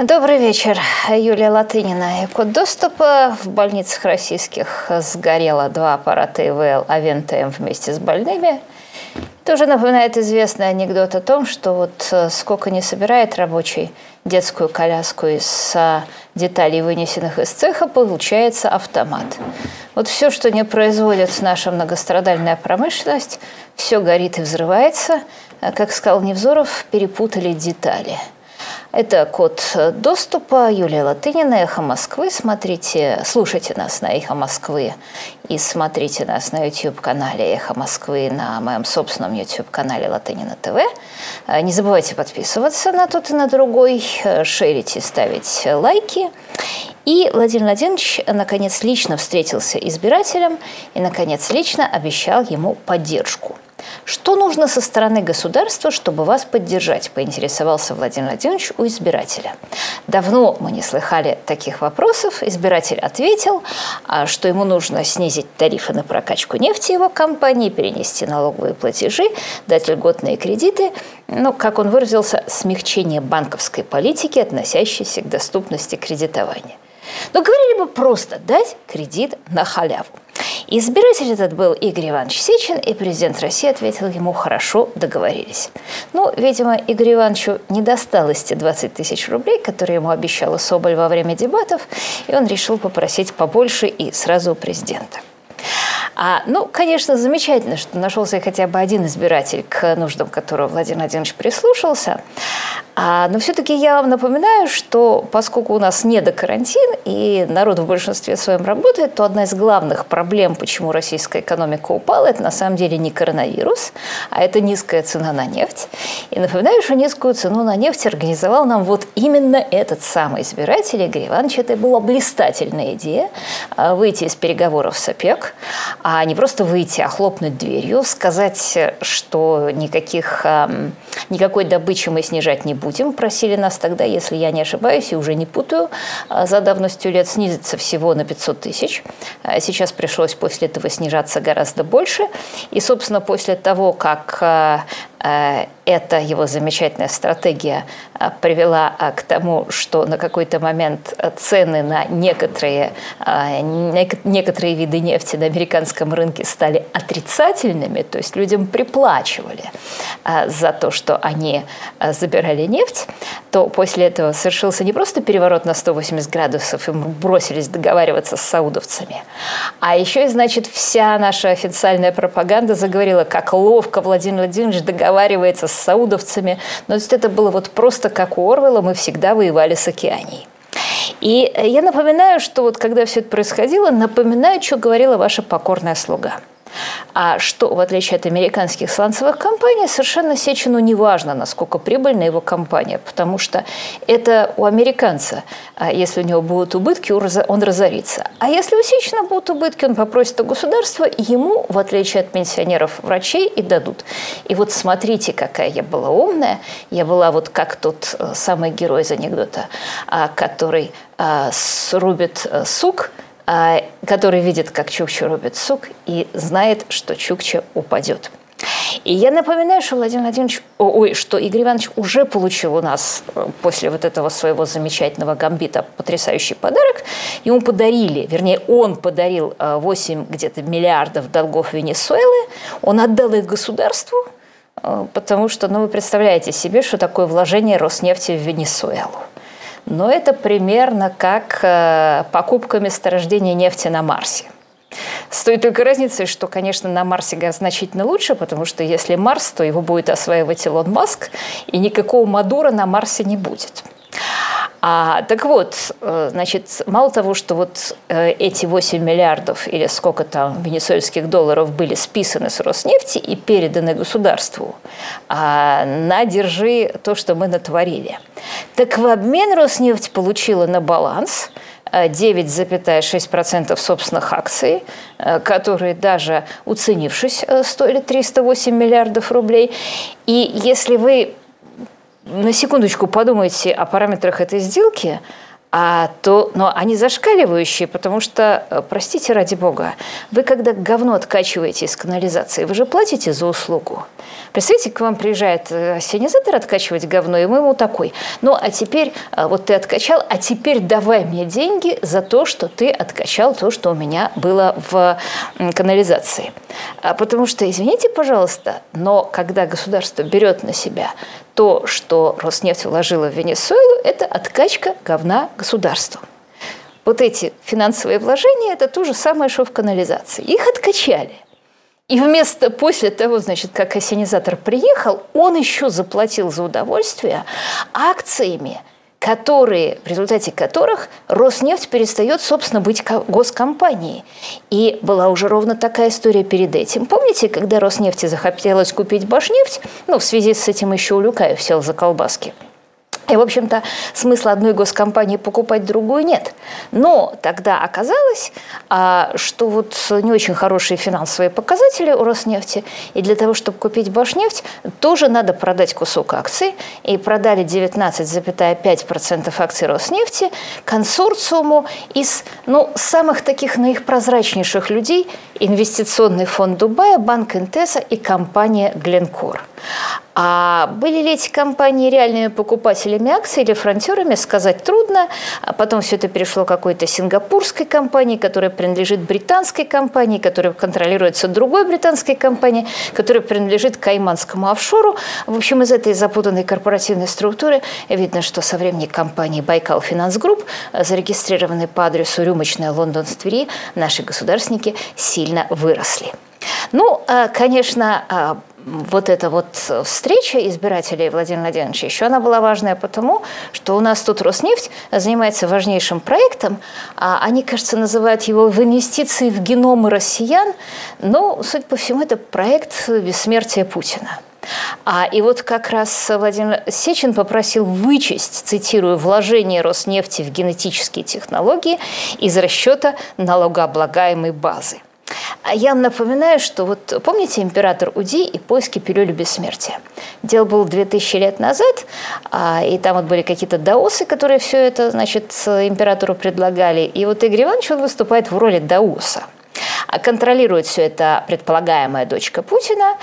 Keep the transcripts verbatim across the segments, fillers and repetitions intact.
Добрый вечер. Юлия Латынина. И код доступа. В больницах российских сгорело два аппарата ИВЛ Авентем вместе с больными. Это уже напоминает известный анекдот о том, что вот сколько не собирает рабочий детскую коляску из деталей, вынесенных из цеха, получается автомат. Вот все, что не производит наша многострадальная промышленность, все горит и взрывается. Как сказал Невзоров, перепутали детали. Это код доступа. Юлия Латынина, Эхо Москвы. Смотрите, слушайте нас на Эхо Москвы и смотрите нас на YouTube-канале Эхо Москвы, на моем собственном YouTube-канале Латынина ТВ. Не забывайте подписываться на тот и на другой, шерить и ставить лайки. И Владимир Владимирович, наконец, лично встретился с избирателем и, наконец, лично обещал ему поддержку. Что нужно со стороны государства, чтобы вас поддержать, поинтересовался Владимир Владимирович у избирателя. Давно мы не слыхали таких вопросов. Избиратель ответил, что ему нужно снизить тарифы на прокачку нефти его компании, перенести налоговые платежи, дать льготные кредиты. Ну, как он выразился, смягчение банковской политики, относящейся к доступности кредитования. Но говорили бы просто дать кредит на халяву. Избиратель этот был Игорь Иванович Сечин, и президент России ответил ему: хорошо, договорились. Ну, видимо, Игорю Ивановичу не досталось те двадцать тысяч рублей, которые ему обещала Соболь во время дебатов, и он решил попросить побольше и сразу у президента. А, ну, конечно, замечательно, что нашелся хотя бы один избиратель, к нуждам которого Владимир Владимирович прислушался. А, но все-таки я вам напоминаю, что поскольку у нас не до карантин и народ в большинстве своем работает, то одна из главных проблем, почему российская экономика упала, это на самом деле не коронавирус, а это низкая цена на нефть. И напоминаю, что низкую цену на нефть организовал нам вот именно этот самый избиратель Игорь Иванович. Это была блистательная идея выйти из переговоров с ОПЕК, а не просто выйти, а хлопнуть дверью, сказать, что никаких, никакой добычи мы снижать не будем. Просили нас тогда, если я не ошибаюсь и уже не путаю, за давностью лет снизиться всего на пятьсот тысяч. Сейчас пришлось после этого снижаться гораздо больше. И, собственно, после того, как эта его замечательная стратегия привела к тому, что на какой-то момент цены на некоторые, некоторые виды нефти на американском рынке стали отрицательными, то есть людям приплачивали за то, что они забирали нефть, то после этого совершился не просто переворот на сто восемьдесят градусов, и мы бросились договариваться с саудовцами, а еще и, значит, вся наша официальная пропаганда заговорила, как ловко Владимир Владимирович договаривается с саудовцами. Но это было вот просто как у Орвелла, мы всегда воевали с Океанией. И я напоминаю, что вот когда все это происходило, напоминаю, что говорила ваша покорная слуга. А что, в отличие от американских сланцевых компаний, совершенно Сечину не важно, насколько прибыльна его компания, потому что это у американца, если у него будут убытки, он разорится. А если у Сечина будут убытки, он попросит у государства, ему, в отличие от пенсионеров, врачей и дадут. И вот смотрите, какая я была умная. Я была вот как тот самый герой из анекдота, который срубит сук, который видит, как Чукча рубит сук, и знает, что Чукча упадет. И я напоминаю, что Владимир Владимирович, ой, что Игорь Иванович уже получил у нас после вот этого своего замечательного гамбита потрясающий подарок. Ему подарили, вернее, он подарил восемь где-то миллиардов долгов Венесуэлы, он отдал их государству, потому что, ну, вы представляете себе, что такое вложение Роснефти в Венесуэлу. Но это примерно как э, покупка месторождения нефти на Марсе. С той только разницей, что, конечно, на Марсе значительно лучше, потому что если Марс, то его будет осваивать Илон Маск, и никакого Мадуро на Марсе не будет. А, так вот, значит, мало того, что вот эти восемь миллиардов или сколько там венесуэльских долларов были списаны с Роснефти и переданы государству, а, на держи то, что мы натворили. Так в обмен Роснефть получила на баланс девять целых шесть десятых процента собственных акций, которые даже уценившись стоили триста восемь миллиардов рублей. И если вы на секундочку подумайте о параметрах этой сделки, а то, но они зашкаливающие, потому что, простите ради бога, вы когда говно откачиваете из канализации, вы же платите за услугу. Представьте, к вам приезжает ассенизатор откачивать говно, и мы ему такой: ну, а теперь, вот ты откачал, а теперь давай мне деньги за то, что ты откачал то, что у меня было в канализации. Потому что, извините, пожалуйста, но когда государство берет на себя то, что Роснефть вложила в Венесуэлу, это откачка говна государством. Вот эти финансовые вложения – это то же самое, что в канализации. Их откачали. И вместо, после того, значит, как ассенизатор приехал, он еще заплатил за удовольствие акциями, которые, в результате которых Роснефть перестает, собственно, быть госкомпанией. И была уже ровно такая история перед этим. Помните, когда Роснефти захотелось купить Башнефть, ну, в связи с этим еще Улюкаев сел за колбаски. И, в общем-то, смысла одной госкомпании покупать другую нет. Но тогда оказалось, что вот не очень хорошие финансовые показатели у Роснефти, и для того, чтобы купить Башнефть, тоже надо продать кусок акций. И продали девятнадцать целых пять десятых процента акций Роснефти консорциуму из, ну, самых таких наипрозрачнейших людей: инвестиционный фонд Дубая, банк Интеса и компания Гленкор. А были ли эти компании реальными покупателями акций или фронтерами, сказать трудно. А потом все это перешло к какой-то сингапурской компании, которая принадлежит британской компании, которая контролируется другой британской компанией, которая принадлежит кайманскому офшору. В общем, из этой запутанной корпоративной структуры видно, что со времени компании Байкал Финанс Групп, зарегистрированной по адресу Рюмочная, Лондон, в Твери, наши государственники сильно выросли. Ну, конечно, вот эта вот встреча избирателей Владимира Владимировича, еще она была важная потому, что у нас тут Роснефть занимается важнейшим проектом. Они, кажется, называют его «В инвестиции в геномы россиян». Но, судя по всему, это проект бессмертия Путина. А, и вот как раз Владимир Сечин попросил вычесть, цитирую, «вложение Роснефти в генетические технологии из расчета налогооблагаемой базы». Я вам напоминаю, что вот помните император Уди и поиски пилюли бессмертия? Дело было две тысячи лет назад, и там вот были какие-то даосы, которые все это, значит, императору предлагали. И вот Игорь Иванович, он выступает в роли даоса. А контролирует все это предполагаемая дочка Путина.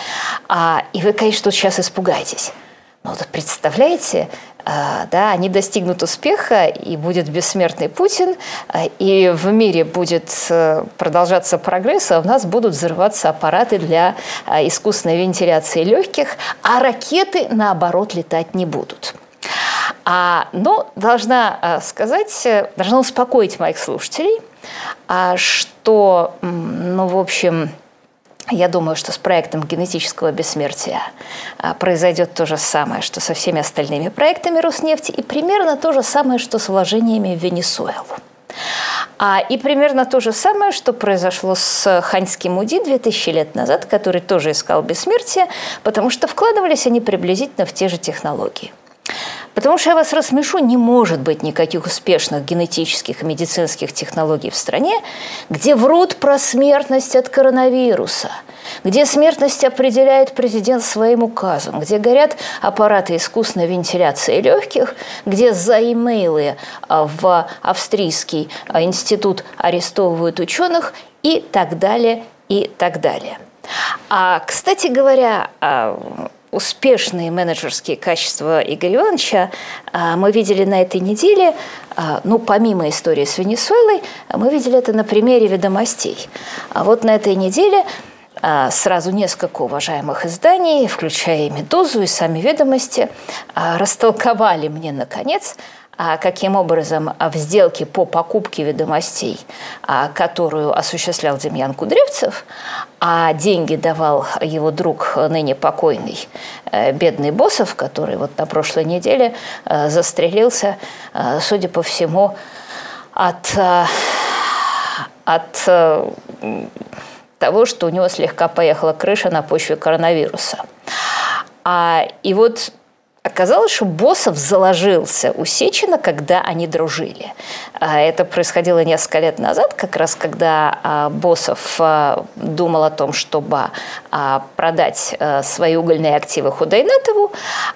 И вы, конечно, тут сейчас испугаетесь. Но вот представляете, да, они достигнут успеха, и будет бессмертный Путин, и в мире будет продолжаться прогресс, а у нас будут взрываться аппараты для искусственной вентиляции легких, а ракеты, наоборот, летать не будут. А, но должна сказать, должна успокоить моих слушателей, что, ну, в общем... Я думаю, что с проектом генетического бессмертия произойдет то же самое, что со всеми остальными проектами Роснефти, и примерно то же самое, что с вложениями в Венесуэлу. А, и примерно то же самое, что произошло с ханьским Уди две тысячи лет назад, который тоже искал бессмертие, потому что вкладывались они приблизительно в те же технологии. Потому что, я вас рассмешу, не может быть никаких успешных генетических и медицинских технологий в стране, где врут про смертность от коронавируса, где смертность определяет президент своим указом, где горят аппараты искусственной вентиляции легких, где за имейлы в австрийский институт арестовывают ученых и так далее, и так далее. А, кстати говоря, успешные менеджерские качества Игоря Ивановича мы видели на этой неделе, ну, помимо истории с Венесуэлой, мы видели это на примере «Ведомостей». А вот на этой неделе сразу несколько уважаемых изданий, включая и «Медузу», и сами «Ведомости», растолковали мне, наконец, каким образом в сделке по покупке «Ведомостей», которую осуществлял Демьян Кудрявцев, а деньги давал его друг, ныне покойный, бедный Босов, который вот на прошлой неделе застрелился, судя по всему, от, от того, что у него слегка поехала крыша на почве коронавируса. И вот Оказалось, что Босов заложился у Сечина, когда они дружили. Это происходило несколько лет назад, как раз когда Босов думал о том, чтобы продать свои угольные активы Худайнатову,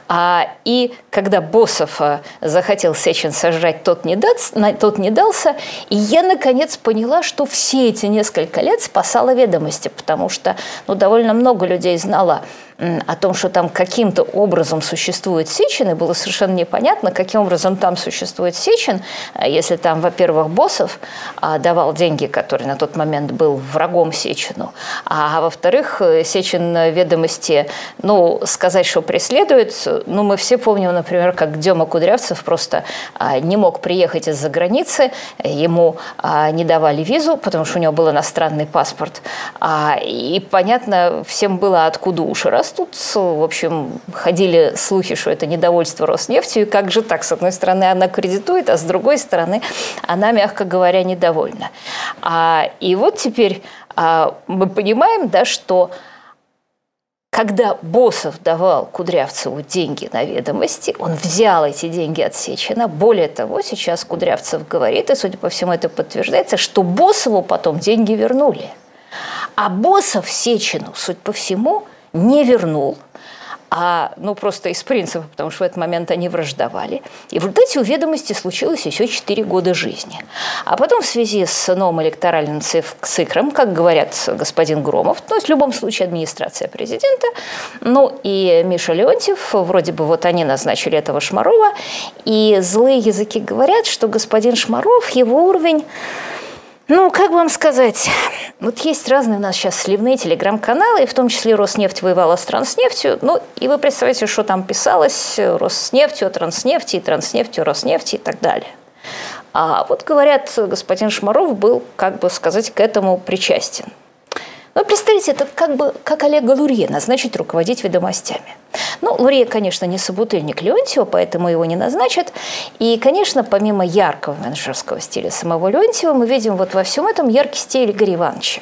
и когда Босов захотел Сечин сожрать, тот не, даст, тот не дался, и я наконец поняла, что все эти несколько лет спасала «Ведомости», потому что ну, довольно много людей знало о том, что там каким-то образом существует Сечин, и было совершенно непонятно, каким образом там существует Сечин, если там, во-первых, Босов давал деньги, который на тот момент был врагом Сечину, а во-вторых, Сечин «Ведомости», ну, сказать, что преследует, ну, мы все помним, например, как Дема Кудрявцев просто не мог приехать из-за границы, ему не давали визу, потому что у него был иностранный паспорт, и понятно всем было, откуда уши растут. В общем, ходили слухи, что это недовольство Роснефтью, и как же так? С одной стороны, она кредитует, а с другой стороны, она, мягко говоря, недовольна. А, и вот теперь а, мы понимаем, да, что когда Босов давал Кудрявцеву деньги на «Ведомости», он взял эти деньги от Сечина. Более того, сейчас Кудрявцев говорит, и, судя по всему, это подтверждается, что Босову потом деньги вернули. А Босов Сечину, судя по всему, не вернул, а, ну, просто из принципа, потому что в этот момент они враждовали. И в результате у «Ведомости» случилось еще четыре года жизни. А потом в связи с новым электоральным циклом, как говорят господин Громов, ну, в любом случае администрация президента, ну, и Миша Леонтьев, вроде бы вот они назначили этого Шмарова, и злые языки говорят, что господин Шмаров, его уровень, ну, как вам сказать, вот есть разные у нас сейчас сливные телеграм-каналы, и в том числе Роснефть воевала с Транснефтью, ну, и вы представляете, что там писалось Роснефтью, Транснефти, Транснефтью, Роснефти и так далее. А вот, говорят, господин Шмаров был, как бы сказать, к этому причастен. Ну, представьте, это как бы как Олега Лурье назначить руководить «Ведомостями». Ну, Лурье, конечно, не собутыльник Леонтьева, поэтому его не назначат. И, конечно, помимо яркого менеджерского стиля самого Леонтьева, мы видим вот во всем этом яркий стиль Игоря Ивановича.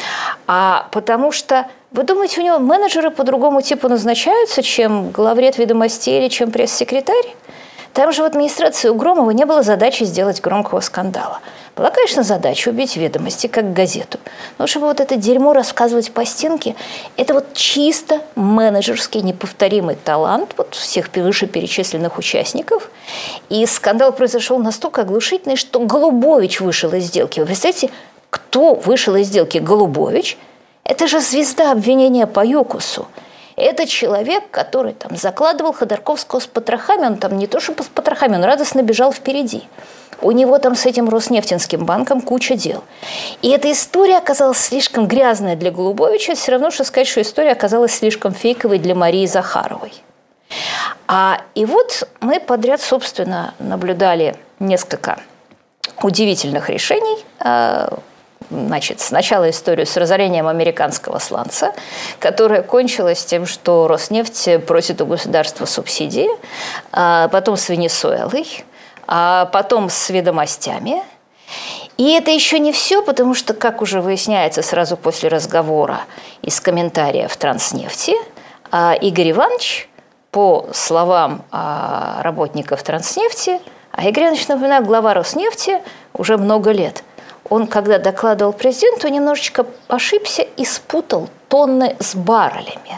А потому что, вы думаете, у него менеджеры по другому типу назначаются, чем главред «Ведомостей» или чем пресс-секретарь? Там же в администрации у Громова не было задачи сделать громкого скандала. Была, конечно, задача убить «Ведомости» как газету. Но чтобы вот это дерьмо рассказывать по стенке, это вот чисто менеджерский неповторимый талант вот всех вышеперечисленных участников. И скандал произошел настолько оглушительный, что Голубович вышел из сделки. Вы представляете, кто вышел из сделки? Голубович. Это же звезда обвинения по ЮКОСу. Это человек, который там закладывал Ходорковского с потрохами, он там не то что с потрохами, он радостно бежал впереди. У него там с этим Роснефтинским банком куча дел. И эта история оказалась слишком грязная для Голубовича, все равно, что сказать, что история оказалась слишком фейковой для Марии Захаровой. А, и вот мы подряд, собственно, наблюдали несколько удивительных решений. Значит, сначала историю с разорением американского сланца, которая кончилась тем, что Роснефть просит у государства субсидии, потом с Венесуэлой, а потом с «Ведомостями». И это еще не все, потому что, как уже выясняется сразу после разговора из комментариев Транснефти, Игорь Иванович, по словам работников Транснефти, а Игорь Иванович, напоминаю, глава Роснефти уже много лет, он, когда докладывал президенту, немножечко ошибся и спутал тонны с баррелями.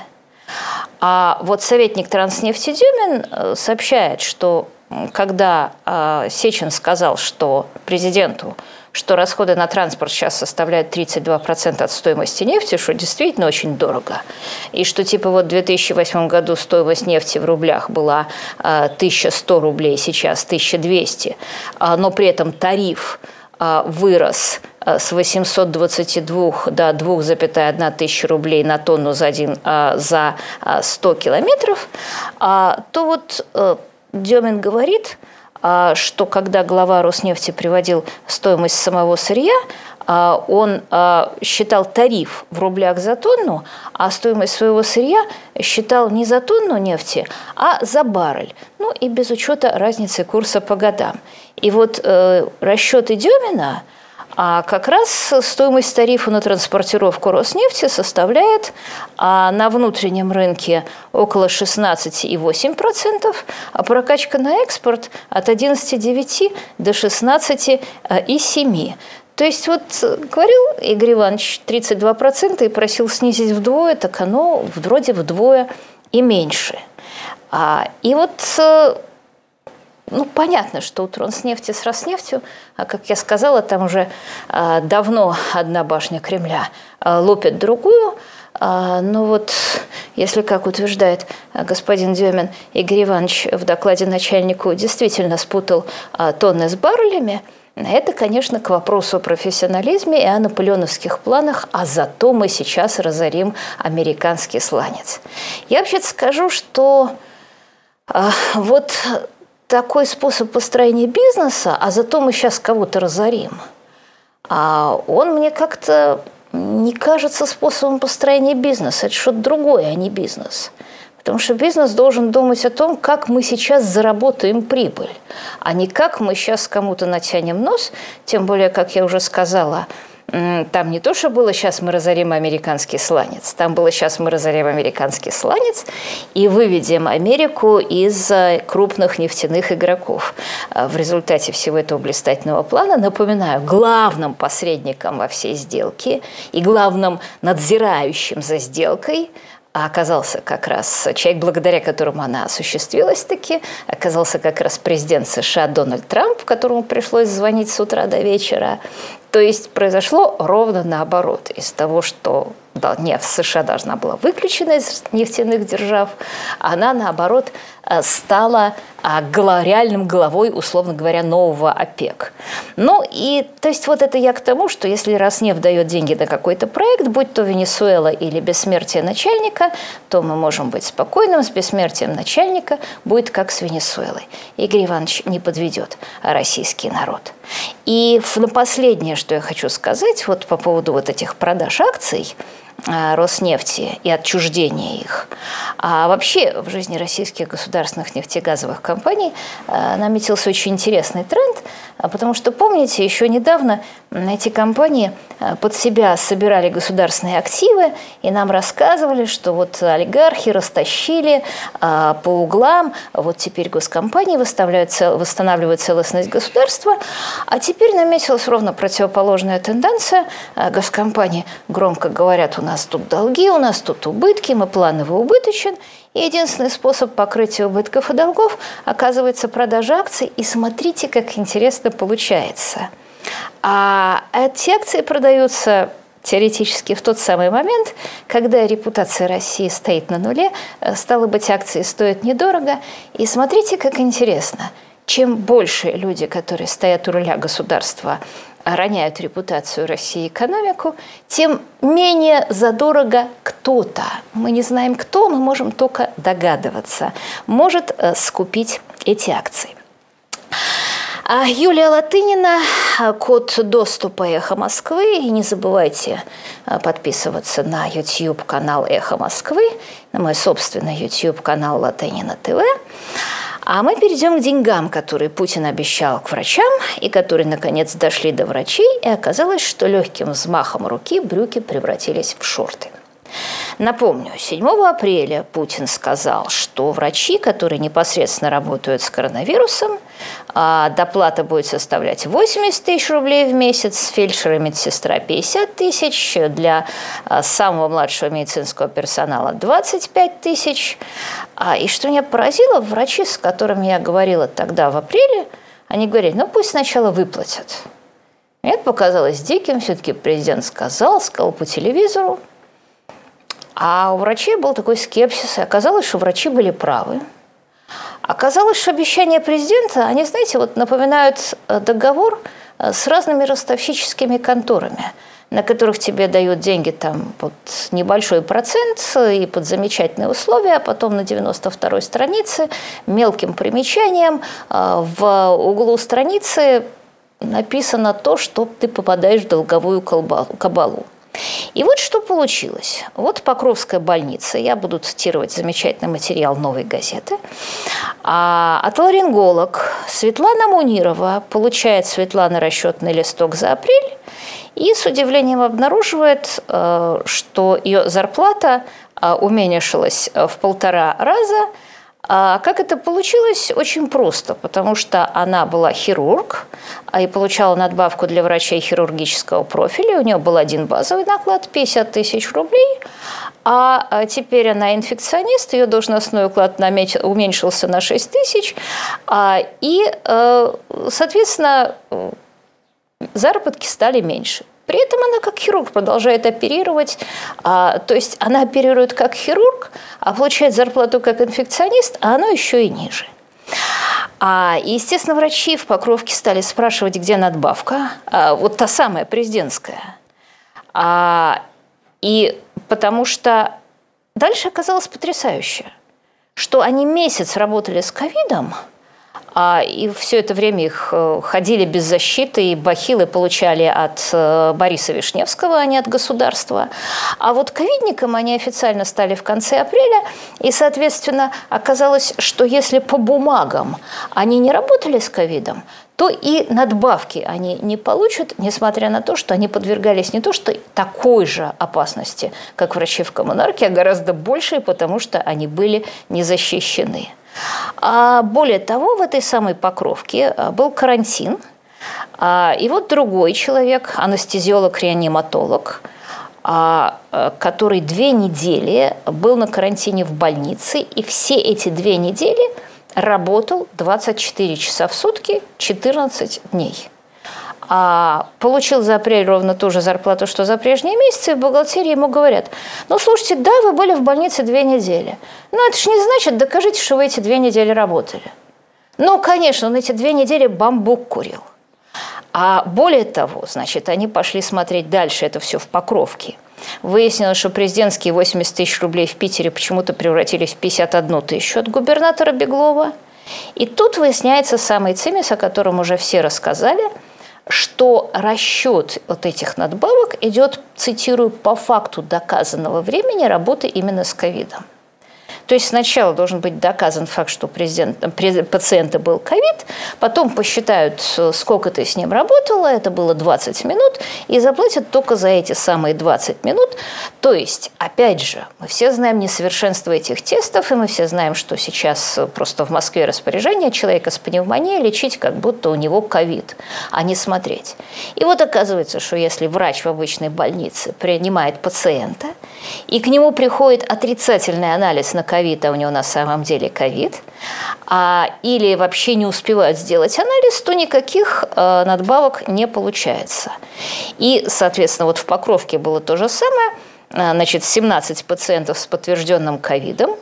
А вот советник Транснефти Дюмин сообщает, что когда э, Сечин сказал, что президенту, что расходы на транспорт сейчас составляют тридцать два процента от стоимости нефти, что действительно очень дорого, и что типа вот в две тысячи восьмом году стоимость нефти в рублях была э, тысяча сто рублей, сейчас тысяча двести, э, но при этом тариф вырос с восьмисот двадцати двух до двух целых одной тысячи рублей на тонну за, один, за сто километров, то вот Демин говорит, что когда глава Роснефти приводил стоимость самого сырья, он считал тариф в рублях за тонну, а стоимость своего сырья считал не за тонну нефти, а за баррель. Ну и без учета разницы курса по годам. И вот э, расчеты Демина А как раз стоимость тарифа на транспортировку Роснефти составляет а, на внутреннем рынке около шестнадцать целых восемь десятых процента, а прокачка на экспорт от одиннадцать целых девять десятых до шестнадцать целых семь десятых. То есть вот говорил Игорь Иванович тридцать два процента и просил снизить вдвое, так оно вроде вдвое и меньше. А, и вот... Ну, понятно, что у Тронснефти с Роснефтью, а как я сказала, там уже а, давно одна башня Кремля а, лупит другую. А, но вот, если, как утверждает а, господин Демин, Игорь Иванович в докладе начальнику действительно спутал а, тонны с баррелями, это, конечно, к вопросу о профессионализме и о наполеоновских планах, а зато мы сейчас разорим американский сланец. Я вообще-то скажу, что а, вот... такой способ построения бизнеса, а зато мы сейчас кого-то разорим, а он мне как-то не кажется способом построения бизнеса. Это что-то другое, а не бизнес. Потому что бизнес должен думать о том, как мы сейчас заработаем прибыль, а не как мы сейчас кому-то натянем нос. Тем более, как я уже сказала, там не то, что было «сейчас мы разорим американский сланец», там было «сейчас мы разорим американский сланец и выведем Америку из крупных нефтяных игроков». В результате всего этого блистательного плана, напоминаю, главным посредником во всей сделке и главным надзирающим за сделкой оказался как раз человек, благодаря которому она осуществилась таки, оказался как раз президент США Дональд Трамп, которому пришлось звонить с утра до вечера. То есть произошло ровно наоборот. Из того, что да, нефть США должна была выключена из нефтяных держав, она, наоборот, стала реальным главой, условно говоря, нового ОПЕК. Ну и, то есть вот это я к тому, что если Роснефть дает деньги на какой-то проект, будь то Венесуэла или бессмертие начальника, то мы можем быть спокойным, с бессмертием начальника будет как с Венесуэлой. Игорь Иванович не подведет российский народ. И на последнее, что я хочу сказать, вот по поводу вот этих продаж акций Роснефти и отчуждения их. А вообще в жизни российских государственных нефтегазовых компаний наметился очень интересный тренд, потому что, помните, еще недавно эти компании под себя собирали государственные активы и нам рассказывали, что вот олигархи растащили по углам, вот теперь госкомпании восстанавливают целостность государства, а теперь наметилась ровно противоположная тенденция. Госкомпании громко говорят: у нас тут долги, у нас тут убытки, мы планово убыточен. И единственный способ покрытия убытков и долгов оказывается продажа акций. И смотрите, как интересно получается. А эти акции продаются теоретически в тот самый момент, когда репутация России стоит на нуле, стало быть, акции стоят недорого. И смотрите, как интересно. Чем больше люди, которые стоят у руля государства, роняют репутацию России и экономику, тем менее задорого кто-то, мы не знаем кто, мы можем только догадываться, может скупить эти акции. Юлия Латынина, код доступа «Эхо Москвы». И не забывайте подписываться на YouTube-канал «Эхо Москвы», на мой собственный YouTube-канал Латынина ТВ. А мы перейдем к деньгам, которые Путин обещал к врачам, и которые, наконец, дошли до врачей, и оказалось, что легким взмахом руки брюки превратились в шорты. Напомню, седьмого апреля Путин сказал, что врачи, которые непосредственно работают с коронавирусом, доплата будет составлять восемьдесят тысяч рублей в месяц, фельдшер и медсестра пятьдесят тысяч, для самого младшего медицинского персонала двадцать пять тысяч. И что меня поразило, врачи, с которыми я говорила тогда в апреле, они говорили: ну пусть сначала выплатят. Мне это показалось диким, все-таки президент сказал, сказал по телевизору. А у врачей был такой скепсис, и оказалось, что врачи были правы. Оказалось, что обещания президента, они, знаете, вот напоминают договор с разными ростовщическими конторами, на которых тебе дают деньги там под небольшой процент и под замечательные условия, а потом на девяносто второй странице мелким примечанием в углу страницы написано то, что ты попадаешь в долговую кабалу. И вот что получилось. Вот Покровская больница, я буду цитировать замечательный материал «Новой газеты», а отоларинголог Светлана Мунирова получает Светлана расчетный листок за апрель и с удивлением обнаруживает, что ее зарплата уменьшилась в полтора раза. А как это получилось? Очень просто, потому что она была хирург и получала надбавку для врачей хирургического профиля. У нее был один базовый наклад – пятьдесят тысяч рублей, а теперь она инфекционист, ее должностной уклад уменьшился на шесть тысяч, и, соответственно, заработки стали меньше. При этом она как хирург продолжает оперировать, а, то есть она оперирует как хирург, а получает зарплату как инфекционист, а оно еще и ниже. А, и, естественно, врачи в Покровке стали спрашивать, где надбавка, а, вот та самая президентская. А, и потому что дальше оказалось потрясающе, что они месяц работали с ковидом, А, и все это время их ходили без защиты, и бахилы получали от Бориса Вишневского, а не от государства. А вот ковидникам они официально стали в конце апреля, и, соответственно, оказалось, что если по бумагам они не работали с ковидом, то и надбавки они не получат, несмотря на то, что они подвергались не то что такой же опасности, как врачи в коммунарке, а гораздо большей, потому что они были не защищены. А более того, в этой самой Покровке был карантин, и вот другой человек, анестезиолог-реаниматолог, который две недели был на карантине в больнице, и все эти две недели работал двадцать четыре часа в сутки, четырнадцать дней. А получил за апрель ровно ту же зарплату, что за прежние месяцы, и в бухгалтерии ему говорят: ну, слушайте, да, вы были в больнице две недели, но это же не значит, докажите, что вы эти две недели работали. Ну, конечно, он эти две недели бамбук курил. А более того, значит, они пошли смотреть дальше, это все в Покровке. Выяснилось, что президентские восемьдесят тысяч рублей в Питере почему-то превратились в пятьдесят одну тысячу от губернатора Беглова. И тут выясняется самый цимис, о котором уже все рассказали, что расчет вот этих надбавок идет, цитирую, по факту доказанного времени работы именно с ковидом. То есть сначала должен быть доказан факт, что у пациента был ковид, потом посчитают, сколько ты с ним работала, это было двадцать минут, и заплатят только за эти самые двадцать минут. То есть, опять же, мы все знаем несовершенство этих тестов, и мы все знаем, что сейчас просто в Москве распоряжение человека с пневмонией лечить, как будто у него ковид, а не смотреть. И вот оказывается, что если врач в обычной больнице принимает пациента, и к нему приходит отрицательный анализ на ковид, а у него на самом деле ковид, а, или вообще не успевают сделать анализ, то никаких а, надбавок не получается. И, соответственно, вот в Покровке было то же самое. Значит, семнадцать пациентов с подтвержденным ковидом,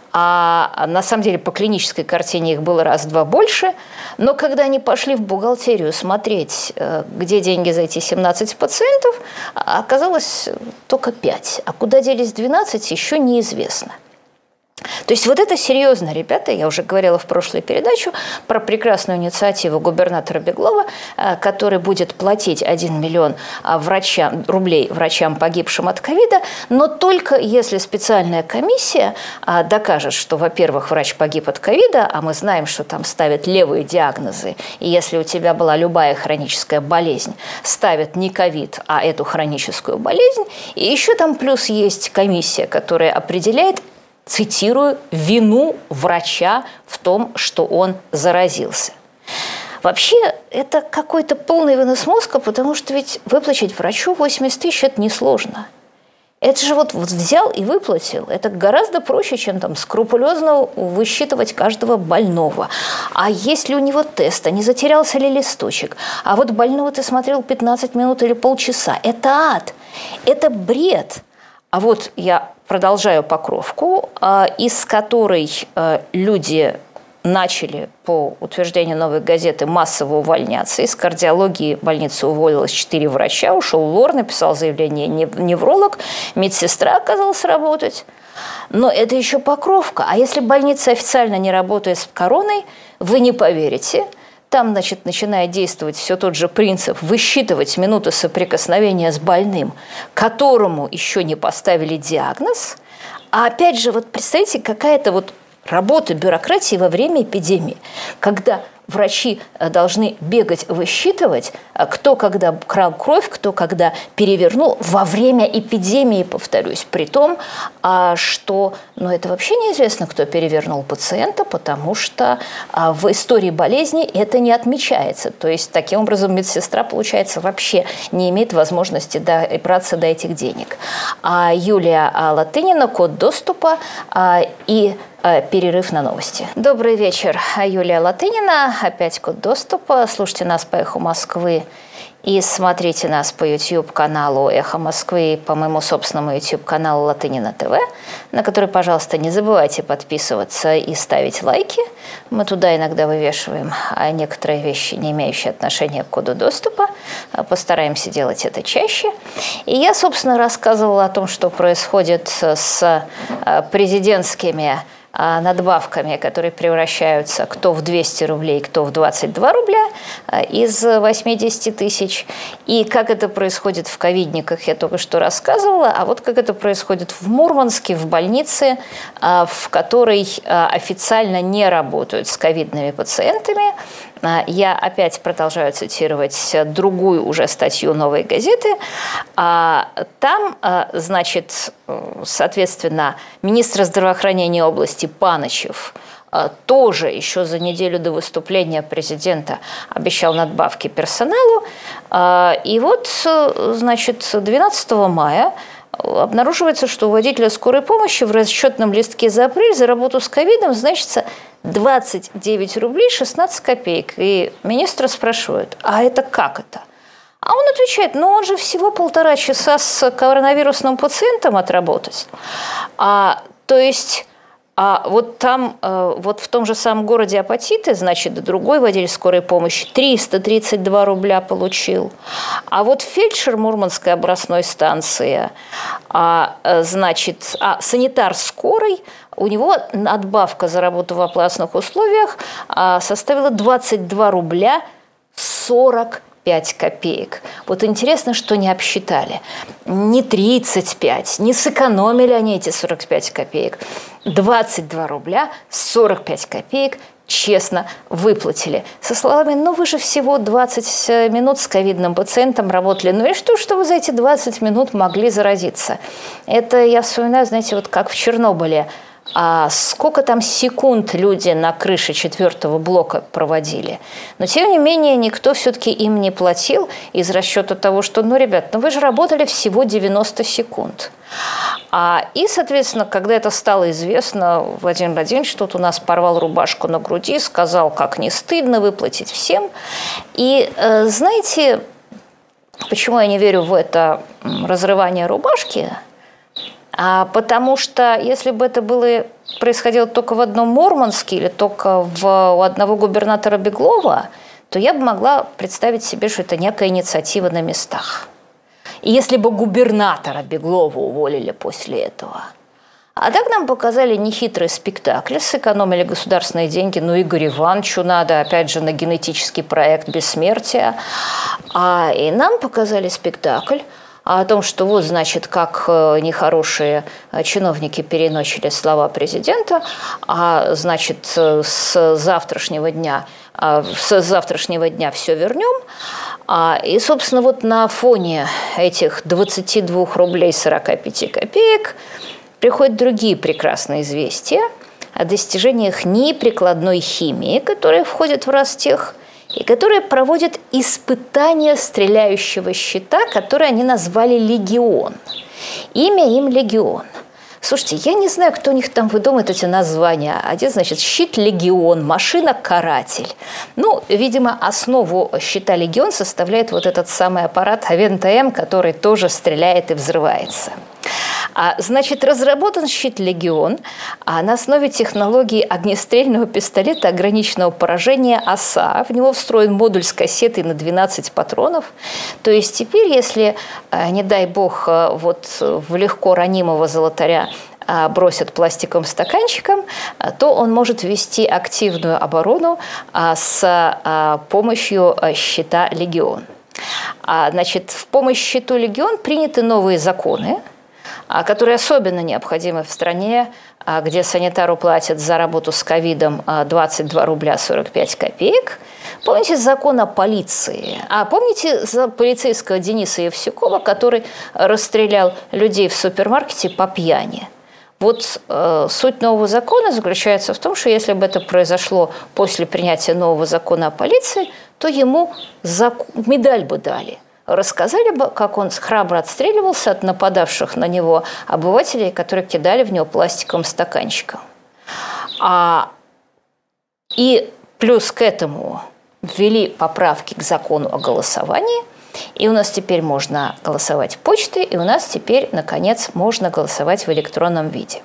а на самом деле по клинической картине их было раз-два больше, но когда они пошли в бухгалтерию смотреть, где деньги за эти семнадцать пациентов, оказалось только пять, а куда делись двенадцать, еще неизвестно. То есть вот это серьезно, ребята, я уже говорила в прошлой передаче про прекрасную инициативу губернатора Беглова, который будет платить один миллион врачам, рублей врачам, погибшим от ковида, но только если специальная комиссия докажет, что, во-первых, врач погиб от ковида, а мы знаем, что там ставят левые диагнозы, и если у тебя была любая хроническая болезнь, ставят не ковид, а эту хроническую болезнь, и еще там плюс есть комиссия, которая определяет, цитирую, вину врача в том, что он заразился. Вообще, это какой-то полный вынос мозга, потому что ведь выплатить врачу восемьдесят тысяч – это несложно. Это же вот, вот взял и выплатил. Это гораздо проще, чем там скрупулезно высчитывать каждого больного. А есть ли у него тест, а не затерялся ли листочек? А вот больного ты смотрел пятнадцать минут или полчаса. Это ад, это бред. А вот я продолжаю Покровку, из которой люди начали, по утверждению «Новой газеты», массово увольняться. Из кардиологии больницы уволилось четыре врача, ушел лор, написал заявление невролог, медсестра оказалась работать. Но это еще Покровка. А если больница официально не работает с короной, вы не поверите, Там, значит, начинает действовать все тот же принцип высчитывать минуты соприкосновения с больным, которому еще не поставили диагноз. А опять же, вот представьте, какая-то вот работа бюрократии во время эпидемии, когда врачи должны бегать, высчитывать, кто когда крал кровь, кто когда перевернул во время эпидемии, повторюсь, при том, что ну, это вообще неизвестно, кто перевернул пациента, потому что в истории болезни это не отмечается. То есть, таким образом, медсестра, получается, вообще не имеет возможности добраться до этих денег. А Юлия Латынина, код доступа и перерыв на новости. Добрый вечер, Юлия Латынина. Опять код доступа. Слушайте нас по «Эху Москвы» и смотрите нас по YouTube-каналу «Эхо Москвы» и по моему собственному YouTube-каналу «Латынина ТВ», на который, пожалуйста, не забывайте подписываться и ставить лайки. Мы туда иногда вывешиваем некоторые вещи, не имеющие отношения к коду доступа. Постараемся делать это чаще. И я, собственно, рассказывала о том, что происходит с президентскими надбавками, которые превращаются кто в двести рублей, кто в двадцать два рубля из восьмидесяти тысяч. И как это происходит в ковидниках, я только что рассказывала. А вот как это происходит в Мурманске, в больнице, в которой официально не работают с ковидными пациентами. Я опять продолжаю цитировать другую уже статью «Новой газеты». Там, значит, соответственно, министр здравоохранения области Панычев тоже еще за неделю до выступления президента обещал надбавки персоналу. И вот, значит, двенадцатого мая обнаруживается, что у водителя скорой помощи в расчетном листке за апрель за работу с ковидом значится двадцать девять рублей шестнадцать копеек. И министра спрашивают, а это как это? А он отвечает, ну он же всего полтора часа с коронавирусным пациентом отработать. А, то есть... А вот там, вот в том же самом городе Апатиты, значит, другой водитель скорой помощи триста тридцать два рубля получил. А вот фельдшер Мурманской областной станции, значит, а санитар скорой, у него надбавка за работу в оплаченных условиях составила двадцать два рубля сорок пять копеек. Вот интересно, что не обсчитали. Не тридцать пять, не сэкономили они эти сорок пять копеек. двадцать два рубля сорок пять копеек честно выплатили. Со словами, ну вы же всего двадцать минут с ковидным пациентом работали. Ну и что, что вы за эти двадцать минут могли заразиться? Это я вспоминаю, знаете, вот как в Чернобыле. А сколько там секунд люди на крыше четвертого блока проводили. Но, тем не менее, никто все-таки им не платил из расчета того, что, ну, ребят, ну вы же работали всего девяносто секунд. А, и, соответственно, когда это стало известно, Владимир Владимирович тут у нас порвал рубашку на груди, сказал, как не стыдно выплатить всем. И, э, знаете, почему я не верю в это разрывание рубашки? А потому что если бы это было, происходило только в одном Мурманске или только в, у одного губернатора Беглова, то я бы могла представить себе, что это некая инициатива на местах. И если бы губернатора Беглова уволили после этого. А так нам показали нехитрый спектакль, сэкономили государственные деньги, ну, Игорю Ивановичу надо, опять же, на генетический проект бессмертия. А, и нам показали спектакль о том, что вот, значит, как нехорошие чиновники переносили слова президента, а, значит, с завтрашнего дня, с завтрашнего дня все вернем. И, собственно, вот на фоне этих двадцати двух рублей сорока пяти копеек приходят другие прекрасные известия о достижениях НИИ прикладной химии, которые входят в Ростех, и которые проводят испытания стреляющего щита, которое они назвали «Легион». Имя им «Легион». Слушайте, я не знаю, кто у них там выдумает эти названия. Один, значит, щит «Легион», машина-каратель. Ну, видимо, основу щита «Легион» составляет вот этот самый аппарат АВЕНТ-М, который тоже стреляет и взрывается. А, значит, разработан щит «Легион» а на основе технологии огнестрельного пистолета ограниченного поражения ОСА. В него встроен модуль с кассетой на двенадцать патронов. То есть теперь, если, не дай бог, вот в легко ранимого золотаря бросят пластиковым стаканчиком, то он может вести активную оборону с помощью щита «Легион». Значит, в помощь щиту «Легион» приняты новые законы, которые особенно необходимы в стране, где санитару платят за работу с ковидом двадцать два рубля сорок пять копеек. Помните закон о полиции? А помните за полицейского Дениса Евсюкова, который расстрелял людей в супермаркете по пьяни? Вот э, суть нового закона заключается в том, что если бы это произошло после принятия нового закона о полиции, то ему зак... медаль бы дали. Рассказали бы, как он храбро отстреливался от нападавших на него обывателей, которые кидали в него пластиковым стаканчиком. А... И плюс к этому ввели поправки к закону о голосовании, и у нас теперь можно голосовать почтой, и у нас теперь, наконец, можно голосовать в электронном виде.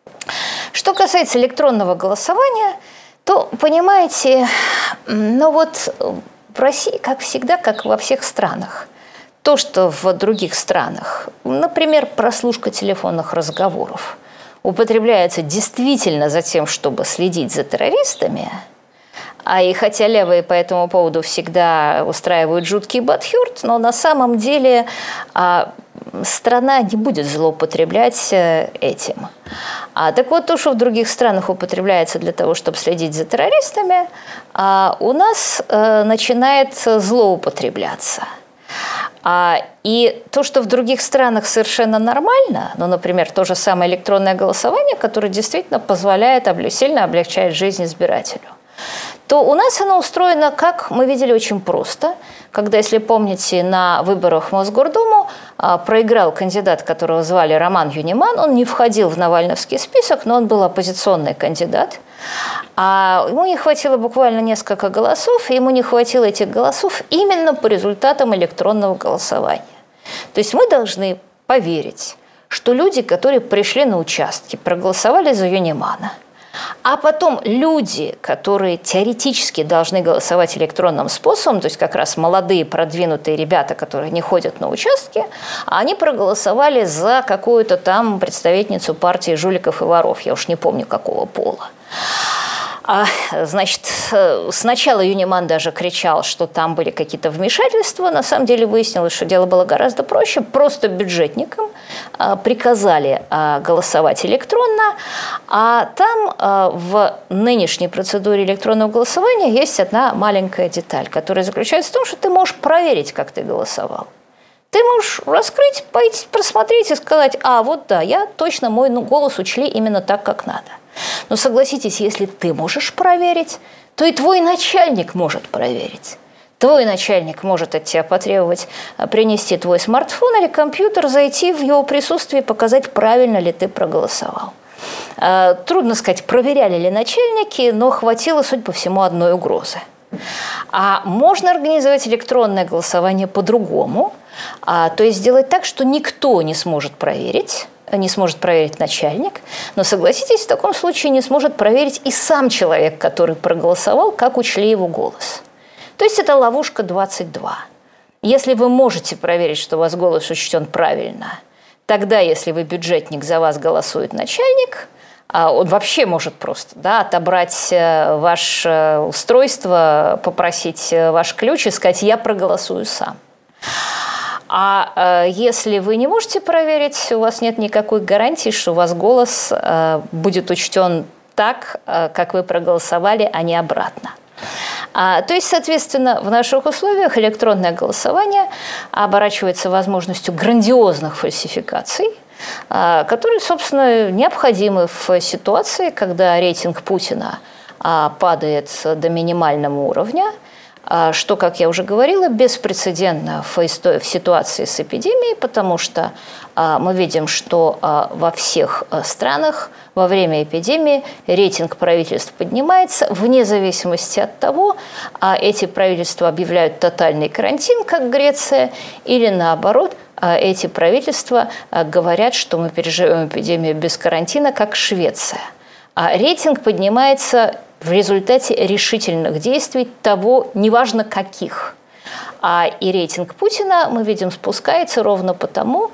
Что касается электронного голосования, то, понимаете, ну вот в России, как всегда, как во всех странах, то, что в других странах, например, прослушка телефонных разговоров, употребляется действительно за тем, чтобы следить за террористами, а и хотя левые по этому поводу всегда устраивают жуткий бадхёрт, но на самом деле а, страна не будет злоупотреблять этим. А, так вот, то, что в других странах употребляется для того, чтобы следить за террористами, а, у нас а, начинает злоупотребляться. А, и то, что в других странах совершенно нормально, ну, например, то же самое электронное голосование, которое действительно позволяет, сильно облегчать жизнь избирателю, то у нас оно устроено, как мы видели, очень просто. Когда, если помните, на выборах в Мосгордуму а, проиграл кандидат, которого звали Роман Юниман, он не входил в навальновский список, но он был оппозиционный кандидат. А ему не хватило буквально несколько голосов, и ему не хватило этих голосов именно по результатам электронного голосования. То есть мы должны поверить, что люди, которые пришли на участки, проголосовали за Юнимана, а потом люди, которые теоретически должны голосовать электронным способом, то есть как раз молодые, продвинутые ребята, которые не ходят на участки, они проголосовали за какую-то там представительницу партии жуликов и воров, я уж не помню какого пола. А, значит, сначала Юниман даже кричал, что там были какие-то вмешательства. На самом деле выяснилось, что дело было гораздо проще. Просто бюджетникам а, приказали а, голосовать электронно. А там а, в нынешней процедуре электронного голосования есть одна маленькая деталь, которая заключается в том, что ты можешь проверить, как ты голосовал. Ты можешь раскрыть, пойти, просмотреть и сказать: а, вот да, я точно, мой голос учли именно так, как надо. Но согласитесь, если ты можешь проверить, то и твой начальник может проверить. Твой начальник может от тебя потребовать принести твой смартфон или компьютер, зайти в его присутствие и показать, правильно ли ты проголосовал. Трудно сказать, проверяли ли начальники, но хватило, судя по всему, одной угрозы. А можно организовать электронное голосование по-другому, а, то есть сделать так, что никто не сможет проверить, не сможет проверить начальник, но, согласитесь, в таком случае не сможет проверить и сам человек, который проголосовал, как учли его голос. То есть это ловушка двадцать два. Если вы можете проверить, что у вас голос учтен правильно, тогда, если вы бюджетник, за вас голосует начальник, он вообще может просто, да, отобрать ваше устройство, попросить ваш ключ и сказать: я проголосую сам. А если вы не можете проверить, у вас нет никакой гарантии, что у вас голос будет учтен так, как вы проголосовали, а не обратно. А, то есть, соответственно, в наших условиях электронное голосование оборачивается возможностью грандиозных фальсификаций, а, которые, собственно, необходимы в ситуации, когда рейтинг Путина а, падает до минимального уровня, а, что, как я уже говорила, беспрецедентно в, в ситуации с эпидемией, потому что а, мы видим, что а, во всех а, странах во время эпидемии рейтинг правительств поднимается вне зависимости от того, а эти правительства объявляют тотальный карантин, как Греция, или наоборот, эти правительства говорят, что мы переживем эпидемию без карантина, как Швеция. А рейтинг поднимается в результате решительных действий того, неважно каких. А и рейтинг Путина, мы видим, спускается ровно потому,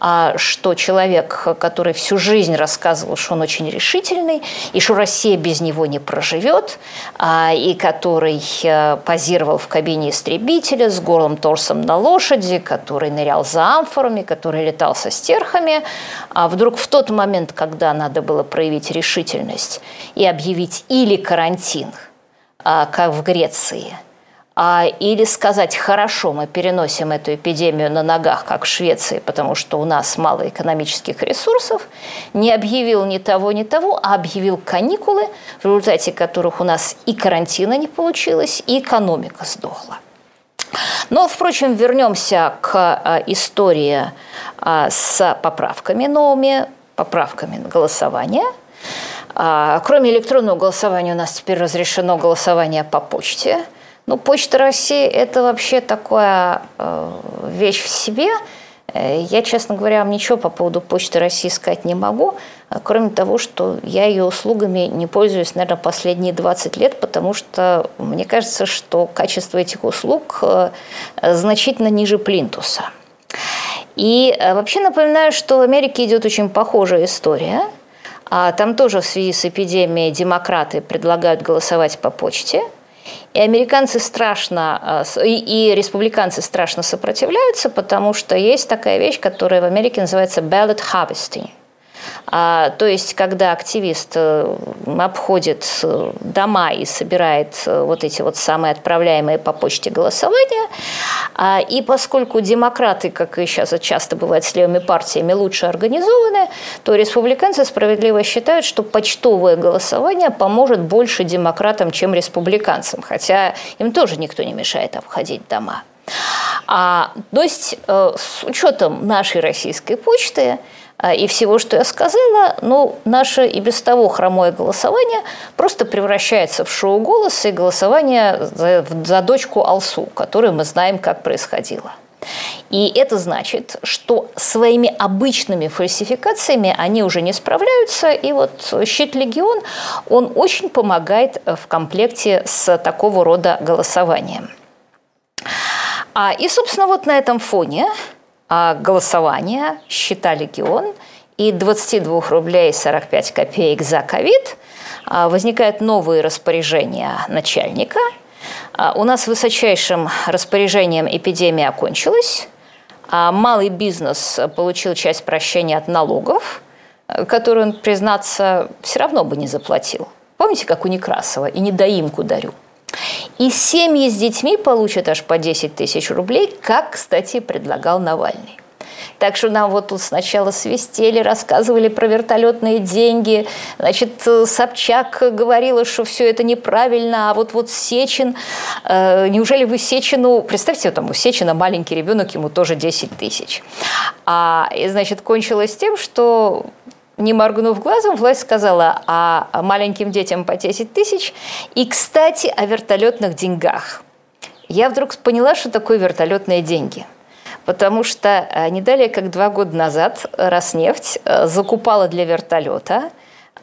что человек, который всю жизнь рассказывал, что он очень решительный, и что Россия без него не проживет, и который позировал в кабине истребителя с голым торсом на лошади, который нырял за амфорами, который летал со стерхами, а вдруг в тот момент, когда надо было проявить решительность и объявить или карантин, как в Греции, или сказать: хорошо, мы переносим эту эпидемию на ногах, как в Швеции, потому что у нас мало экономических ресурсов, не объявил ни того, ни того, а объявил каникулы, в результате которых у нас и карантина не получилось, и экономика сдохла. Но, впрочем, вернемся к истории с поправками новыми, поправками голосования. Кроме электронного голосования у нас теперь разрешено голосование по почте. Ну, Почта России – это вообще такая э, вещь в себе. Я, честно говоря, вам ничего по поводу Почты России сказать не могу, кроме того, что я ее услугами не пользуюсь, наверное, последние двадцать лет, потому что мне кажется, что качество этих услуг э, значительно ниже плинтуса. И э, вообще напоминаю, что в Америке идет очень похожая история. А там тоже в связи с эпидемией демократы предлагают голосовать по почте. И американцы страшно, и, и республиканцы страшно сопротивляются, потому что есть такая вещь, которая в Америке называется ballot harvesting. А, то есть, когда активист обходит дома и собирает вот эти вот самые отправляемые по почте голосования, а, и поскольку демократы, как и сейчас часто бывает с левыми партиями, лучше организованы, то республиканцы справедливо считают, что почтовое голосование поможет больше демократам, чем республиканцам, хотя им тоже никто не мешает обходить дома. А, то есть, с учетом нашей российской почты и всего, что я сказала, ну, наше и без того хромое голосование просто превращается в шоу голоса и голосование за, за дочку Алсу, которую мы знаем, как происходило. И это значит, что своими обычными фальсификациями они уже не справляются, и вот щит «Легион», он очень помогает в комплекте с такого рода голосованием. А, и, собственно, вот на этом фоне голосования щита «Легион» и двадцать два рублей сорок пять копеек за ковид возникают новые распоряжения начальника. У нас высочайшим распоряжением эпидемия окончилась. Малый бизнес получил часть прощения от налогов, которую он, признаться, все равно бы не заплатил. Помните, как у Некрасова «и недоимку дарю». И семьи с детьми получат аж по десять тысяч рублей, как, кстати, предлагал Навальный. Так что нам вот тут сначала свистели, рассказывали про вертолетные деньги. Значит, Собчак говорила, что все это неправильно, а вот, вот Сечин, э, неужели вы Сечину... Представьте, там у Сечина маленький ребенок, ему тоже десять тысяч. А, и, значит, кончилось тем, что... Не моргнув глазом, власть сказала о маленьким детям по десять тысяч. И, кстати, о вертолетных деньгах. Я вдруг поняла, что такое вертолетные деньги. Потому что не далее, как два года назад, Роснефть закупала для вертолета,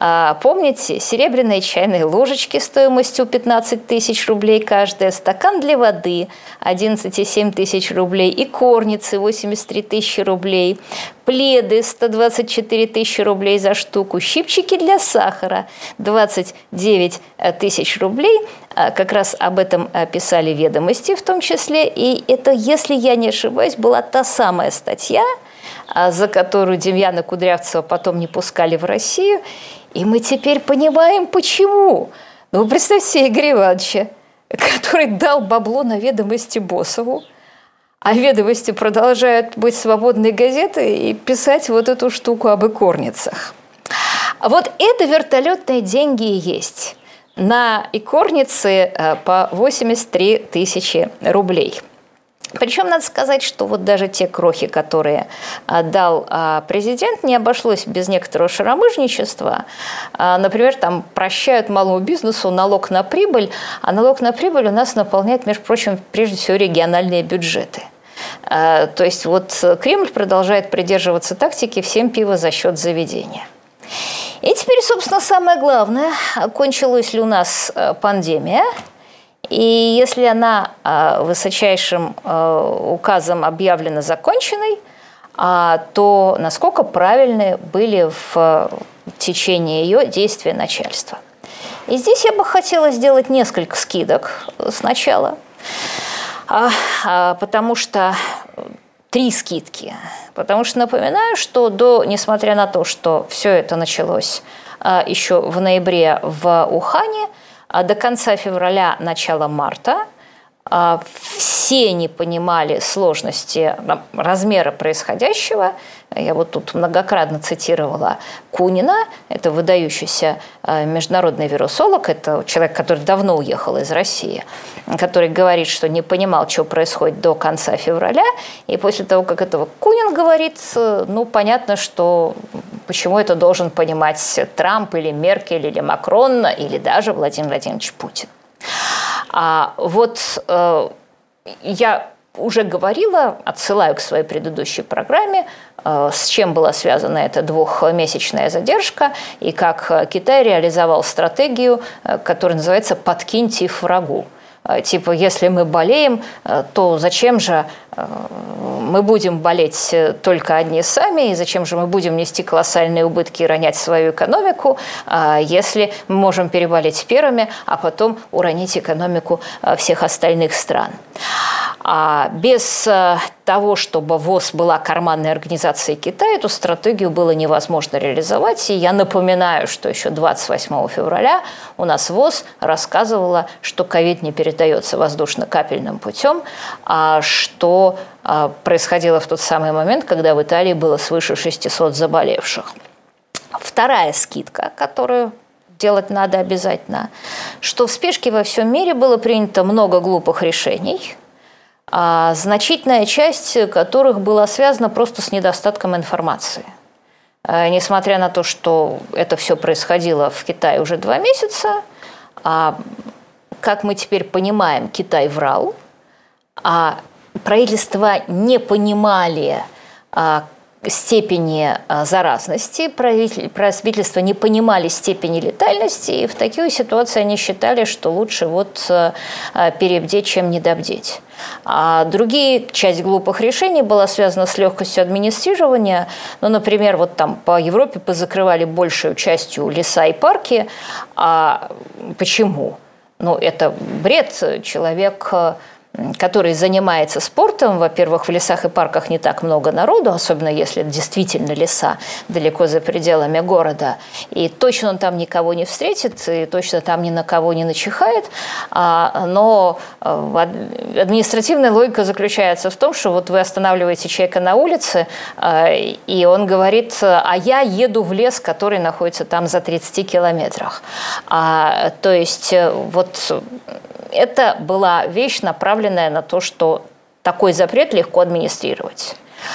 помните, серебряные чайные ложечки стоимостью пятнадцать тысяч рублей каждая, стакан для воды одиннадцать целых семь десятых тысяч рублей и корницы восемьдесят три тысячи рублей, пледы сто двадцать четыре тысячи рублей за штуку, щипчики для сахара двадцать девять тысяч рублей. Как раз об этом писали «Ведомости» в том числе. И это, если я не ошибаюсь, была та самая статья, за которую Демьяна Кудрявцева потом не пускали в Россию. И мы теперь понимаем, почему. Ну, вы представьте себе Игоря Ивановича, который дал бабло на «Ведомости» Босову, а «Ведомости» продолжают быть свободной газетой и писать вот эту штуку об икорницах. А вот это вертолетные деньги и есть. На икорнице по восемьдесят три тысячи рублей. Причем надо сказать, что вот даже те крохи, которые дал президент, не обошлось без некоторого шаромыжничества. Например, там прощают малому бизнесу налог на прибыль, а налог на прибыль у нас наполняет, между прочим, прежде всего региональные бюджеты. То есть вот Кремль продолжает придерживаться тактики «всем пиво за счет заведения». И теперь, собственно, самое главное, кончилась ли у нас пандемия. И если она высочайшим указом объявлена законченной, то насколько правильны были в течение ее действия начальства. И здесь я бы хотела сделать несколько скидок сначала, потому что три скидки. Потому что напоминаю, что до, несмотря на то, что все это началось еще в ноябре в Ухане, до конца февраля, начала марта все не понимали сложности размера происходящего. Я вот тут многократно цитировала Кунина, это выдающийся международный вирусолог, это человек, который давно уехал из России, который говорит, что не понимал, что происходит до конца февраля, и после того, как этого Кунин говорит, ну, понятно, что почему это должен понимать Трамп или Меркель или Макрон или даже Владимир Владимирович Путин. А вот э, я уже говорила, отсылаю к своей предыдущей программе, э, с чем была связана эта двухмесячная задержка и как Китай реализовал стратегию, э, которая называется «подкинь тиф врагу». Типа, если мы болеем, то зачем же мы будем болеть только одни сами, и зачем же мы будем нести колоссальные убытки и ронять свою экономику, если мы можем переболеть первыми, а потом уронить экономику всех остальных стран. А без того, чтобы ВОЗ была карманной организацией Китая, эту стратегию было невозможно реализовать. И я напоминаю, что еще двадцать восьмого февраля у нас ВОЗ рассказывала, что ковид не передается воздушно-капельным путем, а что происходило в тот самый момент, когда в Италии было свыше шестисот заболевших. Вторая скидка, которую делать надо обязательно, что в спешке во всем мире было принято много глупых решений, а значительная часть которых была связана просто с недостатком информации. Несмотря на то, что это все происходило в Китае уже два месяца, а, как мы теперь понимаем, Китай врал, а правительства не понимали а, степени заразности, правительства не понимали степени летальности, и в такой ситуации они считали, что лучше вот перебдеть, чем недобдеть. А другие, часть глупых решений была связана с легкостью администрирования. Ну, например, вот там по Европе позакрывали большую частью леса и парки. А почему? Ну, это бред. Человек, который занимается спортом, во-первых, в лесах и парках не так много народу, особенно если это действительно леса далеко за пределами города, и точно он там никого не встретит, и точно там ни на кого не начихает, но административная логика заключается в том, что вот вы останавливаете человека на улице, и он говорит: а я еду в лес, который находится там за тридцать километрах. То есть вот это была вещь, направленная на то, что такой запрет легко администрировать.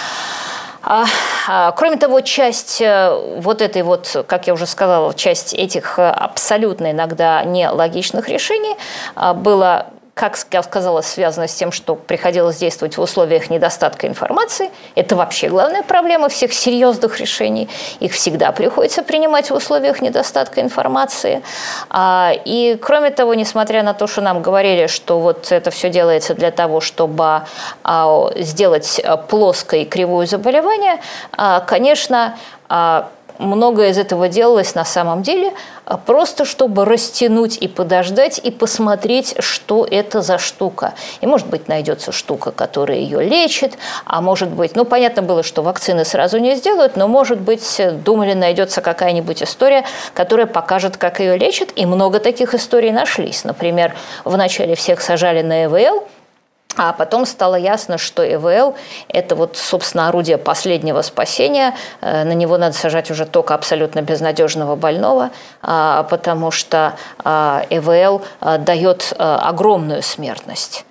А, а, кроме того, часть вот этой вот, как я уже сказала, часть этих абсолютно иногда нелогичных решений была, как я сказала, связано с тем, что приходилось действовать в условиях недостатка информации. Это вообще главная проблема всех серьезных решений. Их всегда приходится принимать в условиях недостатка информации. И, кроме того, несмотря на то, что нам говорили, что вот это все делается для того, чтобы сделать плоское и кривое заболевание, конечно, многое из этого делалось на самом деле просто, чтобы растянуть и подождать, и посмотреть, что это за штука. И, может быть, найдется штука, которая ее лечит, а может быть, ну, понятно было, что вакцины сразу не сделают, но, может быть, думали, найдется какая-нибудь история, которая покажет, как ее лечат, и много таких историй нашлись. Например, вначале всех сажали на ИВЛ, а потом стало ясно, что ИВЛ – это вот, собственно, орудие последнего спасения. На него надо сажать уже только абсолютно безнадежного больного, потому что ИВЛ дает огромную смертность.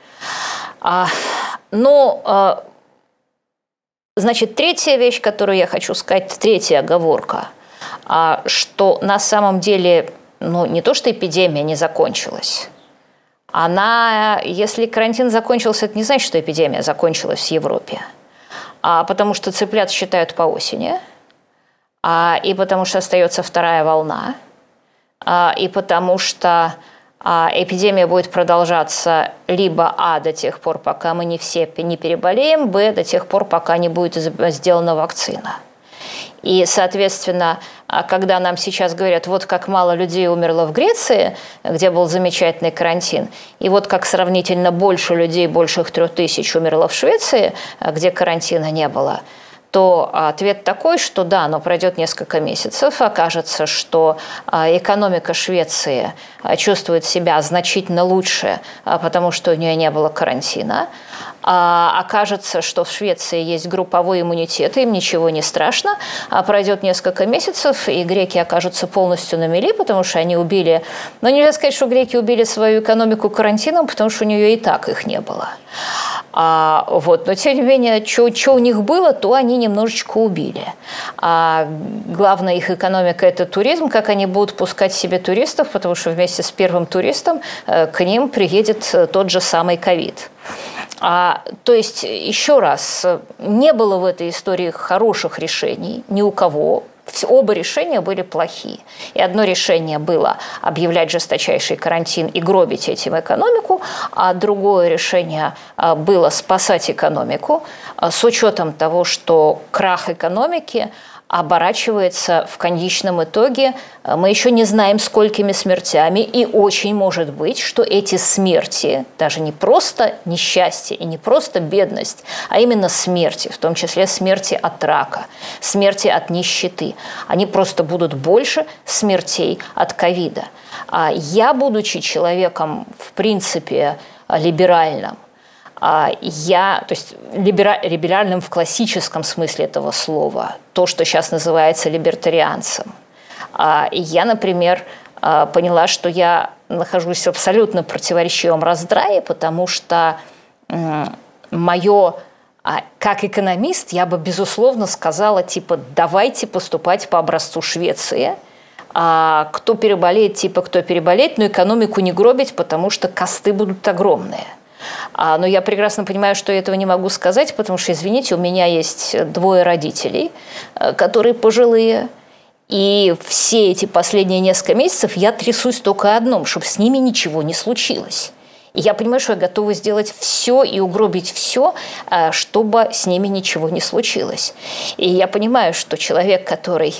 Но, значит, третья вещь, которую я хочу сказать, третья оговорка, что на самом деле, ну, не то, что эпидемия не закончилась. Она, если карантин закончился, это не значит, что эпидемия закончилась в Европе, а потому что цыплят считают по осени, а, и потому что остается вторая волна, а, и потому что эпидемия будет продолжаться либо а. до тех пор, пока мы не все не переболеем, б. до тех пор, пока не будет сделана вакцина. И, соответственно, когда нам сейчас говорят, вот как мало людей умерло в Греции, где был замечательный карантин, и вот как сравнительно больше людей, больше трех тысяч умерло в Швеции, где карантина не было, то ответ такой, что да, но пройдет несколько месяцев, окажется, что экономика Швеции чувствует себя значительно лучше, потому что у нее не было карантина. Окажется, что в Швеции есть групповой иммунитет, им ничего не страшно, пройдет несколько месяцев, и греки окажутся полностью на мели, потому что они убили, но нельзя сказать, что греки убили свою экономику карантином, потому что у нее и так их не было. А, вот, но тем не менее, что у них было, то они немножечко убили. А главная их экономика – это туризм, как они будут пускать себе туристов, потому что вместе с первым туристом к ним приедет тот же самый ковид. А, то есть, еще раз, не было в этой истории хороших решений ни у кого. Оба решения были плохие. И одно решение было объявлять жесточайший карантин и гробить этим экономику, а другое решение было спасать экономику с учетом того, что крах экономики оборачивается в конечном итоге, мы еще не знаем, сколькими смертями, и очень может быть, что эти смерти, даже не просто несчастье и не просто бедность, а именно смерти, в том числе смерти от рака, смерти от нищеты, они просто будут больше смертей от ковида. Я, будучи человеком, в принципе, либеральным, я, то есть либеральным в классическом смысле этого слова, то, что сейчас называется либертарианцем. Я, например, поняла, что я нахожусь в абсолютно противоречивом раздрае, потому что мое, как экономист, я бы, безусловно, сказала, типа, давайте поступать по образцу Швеции, кто переболеет, типа, кто переболеет, но экономику не гробить, потому что косты будут огромные. Но я прекрасно понимаю, что я этого не могу сказать, потому что, извините, у меня есть двое родителей, которые пожилые, и все эти последние несколько месяцев я трясусь только о одном, чтобы с ними ничего не случилось. И я понимаю, что я готова сделать все и угробить все, чтобы с ними ничего не случилось. И я понимаю, что человек, который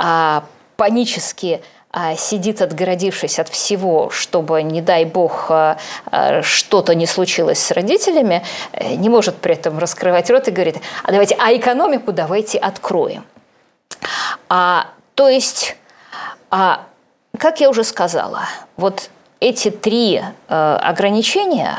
панически сидит, отгородившись от всего, чтобы, не дай бог, что-то не случилось с родителями, не может при этом раскрывать рот и говорит, а давайте, а экономику давайте откроем. А, то есть, а, как я уже сказала, вот эти три э, ограничения,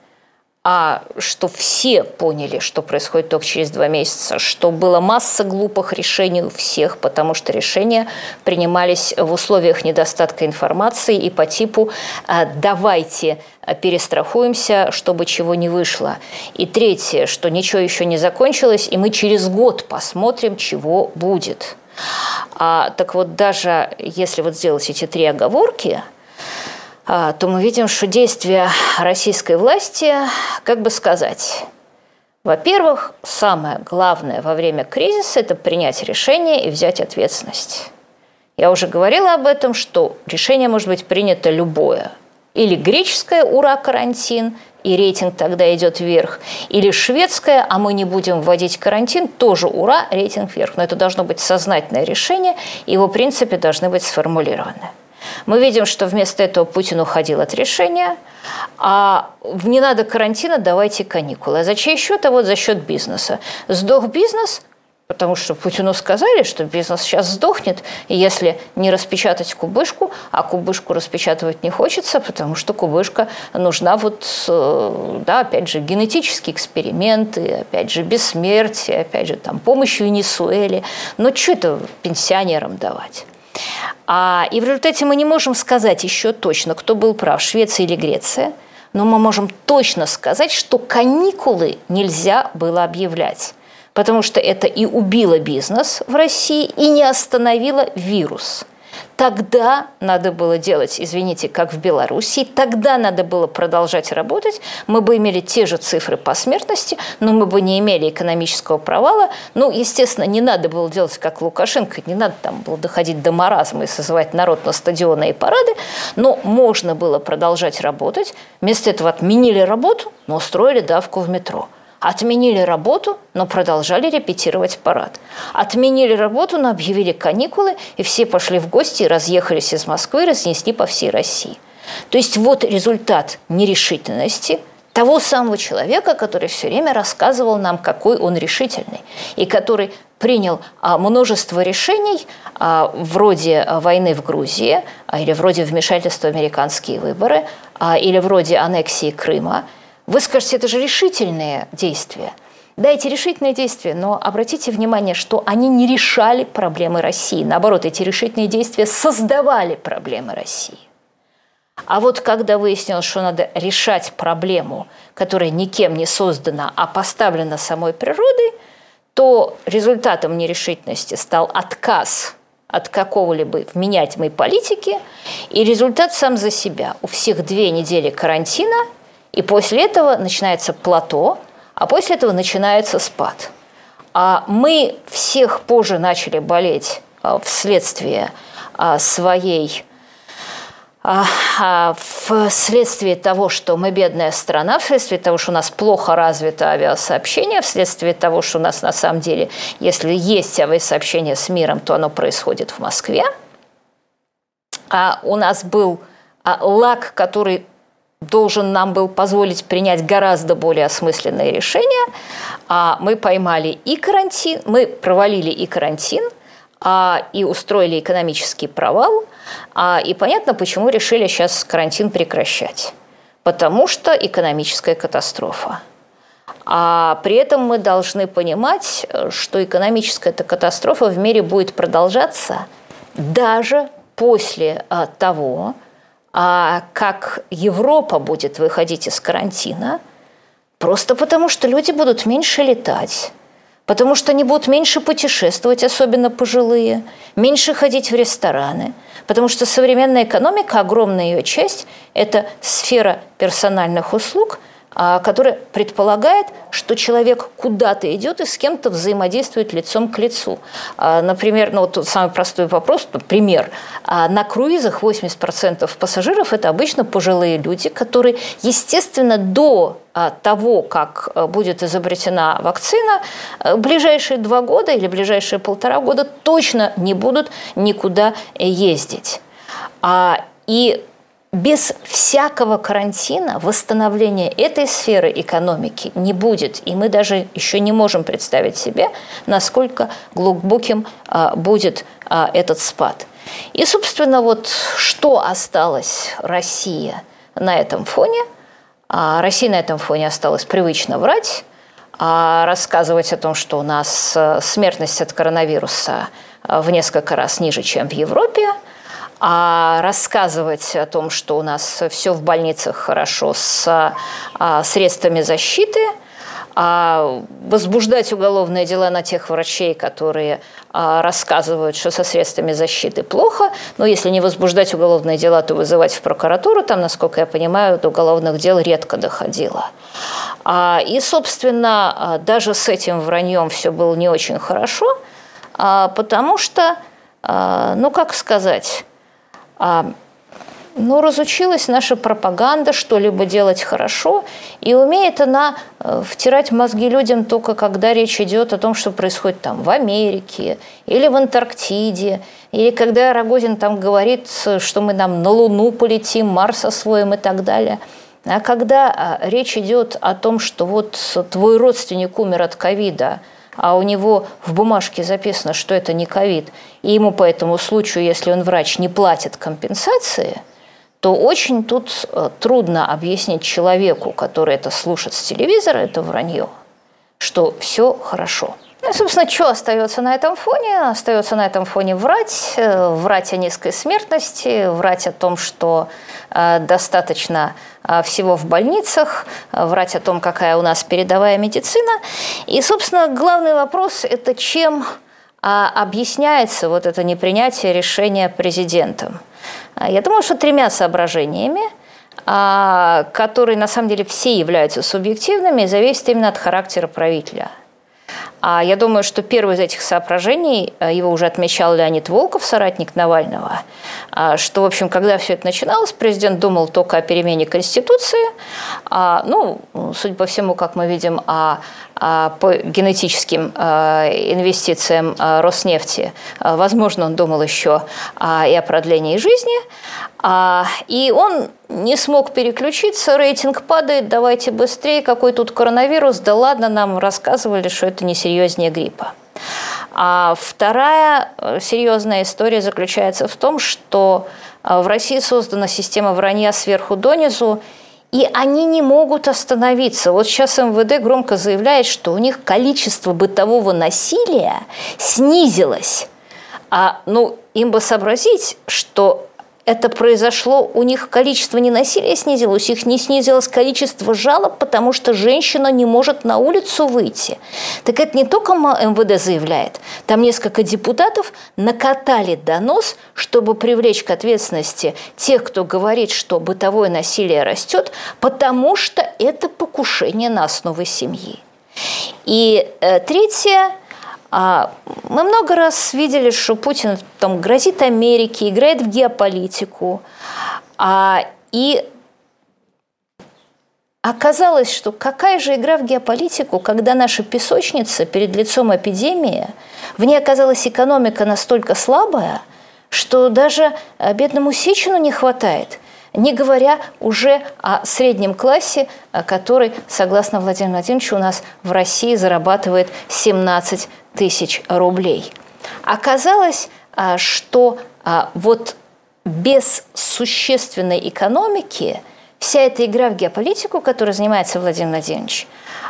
а что все поняли, что происходит только через два месяца, что была масса глупых решений у всех, потому что решения принимались в условиях недостатка информации и по типу «давайте перестрахуемся, чтобы чего не вышло». И третье, что ничего еще не закончилось, и мы через год посмотрим, чего будет. А, так вот, даже если вот сделать эти три оговорки, то мы видим, что действия российской власти, как бы сказать, во-первых, самое главное во время кризиса – это принять решение и взять ответственность. Я уже говорила об этом, что решение может быть принято любое. Или греческое «Ура, карантин!» и рейтинг тогда идет вверх, или шведское «А мы не будем вводить карантин!» тоже «Ура!» рейтинг вверх. Но это должно быть сознательное решение, и его принципы должны быть сформулированы. Мы видим, что вместо этого Путин уходил от решения, а не надо карантина, давайте каникулы. А за чей счет? А вот за счет бизнеса. Сдох бизнес, потому что Путину сказали, что бизнес сейчас сдохнет, и если не распечатать кубышку, а кубышку распечатывать не хочется, потому что кубышка нужна вот, да, опять же, генетические эксперименты, опять же, бессмертие, опять же, там, помощь Венесуэле. Но что это пенсионерам давать? А, и в результате мы не можем сказать еще точно, кто был прав, Швеция или Греция, но мы можем точно сказать, что каникулы нельзя было объявлять, потому что это и убило бизнес в России, и не остановило вирус. тогда надо было делать, извините, как в Белоруссии, тогда надо было продолжать работать, мы бы имели те же цифры по смертности, но мы бы не имели экономического провала. Ну, естественно, не надо было делать, как Лукашенко, не надо там было доходить до маразма и созывать народ на стадионы и парады, но можно было продолжать работать. Вместо этого отменили работу, но устроили давку в метро. Отменили работу, но продолжали репетировать парад. Отменили работу, но объявили каникулы, и все пошли в гости и разъехались из Москвы, разнесли по всей России. То есть вот результат нерешительности того самого человека, который все время рассказывал нам, какой он решительный, и который принял множество решений, вроде войны в Грузии, или вроде вмешательства в американские выборы, или вроде аннексии Крыма. Вы скажете, это же решительные действия. Да, эти решительные действия, но обратите внимание, что они не решали проблемы России. Наоборот, эти решительные действия создавали проблемы России. А вот когда выяснилось, что надо решать проблему, которая никем не создана, а поставлена самой природой, то результатом нерешительности стал отказ от какого-либо вменяемой политики, и результат сам за себя. У всех две недели карантина, и после этого начинается плато, а после этого начинается спад. А мы всех позже начали болеть вследствие своей, вследствие того, что мы бедная страна, вследствие того, что у нас плохо развито авиасообщение, вследствие того, что у нас на самом деле, если есть авиасообщение с миром, то оно происходит в Москве. А у нас был лаг, который должен нам был позволить принять гораздо более осмысленные решения. А мы поймали и карантин, мы провалили и карантин, а, и устроили экономический провал. А, и понятно, почему решили сейчас карантин прекращать. Потому что экономическая катастрофа. А при этом мы должны понимать, что экономическая катастрофа в мире будет продолжаться даже после а, того, а как Европа будет выходить из карантина, просто потому что люди будут меньше летать, потому что они будут меньше путешествовать, особенно пожилые, меньше ходить в рестораны, потому что современная экономика, огромная ее часть – это сфера персональных услуг, которая предполагает, что человек куда-то идет и с кем-то взаимодействует лицом к лицу. Например, ну вот тут самый простой вопрос, пример. На круизах восемьдесят процентов пассажиров – это обычно пожилые люди, которые, естественно, до того, как будет изобретена вакцина, ближайшие два года или ближайшие полтора года точно не будут никуда ездить. И без всякого карантина восстановления этой сферы экономики не будет. И мы даже еще не можем представить себе, насколько глубоким а, будет а, этот спад. И, собственно, вот что осталось России на этом фоне? А, Россия на этом фоне осталась привычно врать, а рассказывать о том, что у нас смертность от коронавируса в несколько раз ниже, чем в Европе, а рассказывать о том, что у нас все в больницах хорошо с а, средствами защиты, а возбуждать уголовные дела на тех врачей, которые а, рассказывают, что со средствами защиты плохо. Но если не возбуждать уголовные дела, то вызывать в прокуратуру. Там, насколько я понимаю, до уголовных дел редко доходило. А, и, собственно, даже с этим враньем все было не очень хорошо, а, потому что, а, ну, как сказать... Ну, разучилась наша пропаганда что-либо делать хорошо, и умеет она втирать мозги людям только когда речь идет о том, что происходит там в Америке или в Антарктиде, или когда Рогозин там говорит, что мы там на Луну полетим, Марс освоим и так далее. А когда речь идет о том, что вот твой родственник умер от ковида, а у него в бумажке записано, что это не ковид, и ему по этому случаю, если он врач, не платит компенсации, то очень тут трудно объяснить человеку, который это слушает с телевизора, это вранье, что все хорошо. Ну, и, собственно, что остается на этом фоне? Остается на этом фоне врать, врать о низкой смертности, врать о том, что э, достаточно э, всего в больницах, врать о том, какая у нас передовая медицина. И, собственно, главный вопрос – это чем объясняется вот это непринятие решения президентом? Я думаю, что тремя соображениями, которые на самом деле все являются субъективными и зависят именно от характера правителя. А я думаю, что первое из этих соображений, его уже отмечал Леонид Волков, соратник Навального, что, в общем, когда все это начиналось, президент думал только о перемене Конституции. Ну, судя по всему, как мы видим, о, по генетическим инвестициям Роснефти, возможно, он думал еще и о продлении жизни. И он не смог переключиться, рейтинг падает, давайте быстрее, какой тут коронавирус, да ладно, нам рассказывали, что это не серьезнее гриппа. А вторая серьезная история заключается в том, что в России создана система вранья сверху донизу, и они не могут остановиться. Вот сейчас эм вэ дэ громко заявляет, что у них количество бытового насилия снизилось. А, ну, им бы сообразить, что это произошло, у них количество не насилия снизилось, у них не снизилось количество жалоб, потому что женщина не может на улицу выйти. Так это не только эм вэ дэ заявляет, там несколько депутатов накатали донос, чтобы привлечь к ответственности тех, кто говорит, что бытовое насилие растет, потому что это покушение на основы семьи. И э, третье. Мы много раз видели, что Путин там грозит Америке, играет в геополитику. И оказалось, что какая же игра в геополитику, когда наша песочница перед лицом эпидемии, в ней оказалась экономика настолько слабая, что даже бедному Сечину не хватает. Не говоря уже о среднем классе, который, согласно Владимиру Владимировичу, у нас в России зарабатывает семнадцать тысяч рублей. Оказалось, что вот без существенной экономики вся эта игра в геополитику, которой занимается Владимир Владимирович,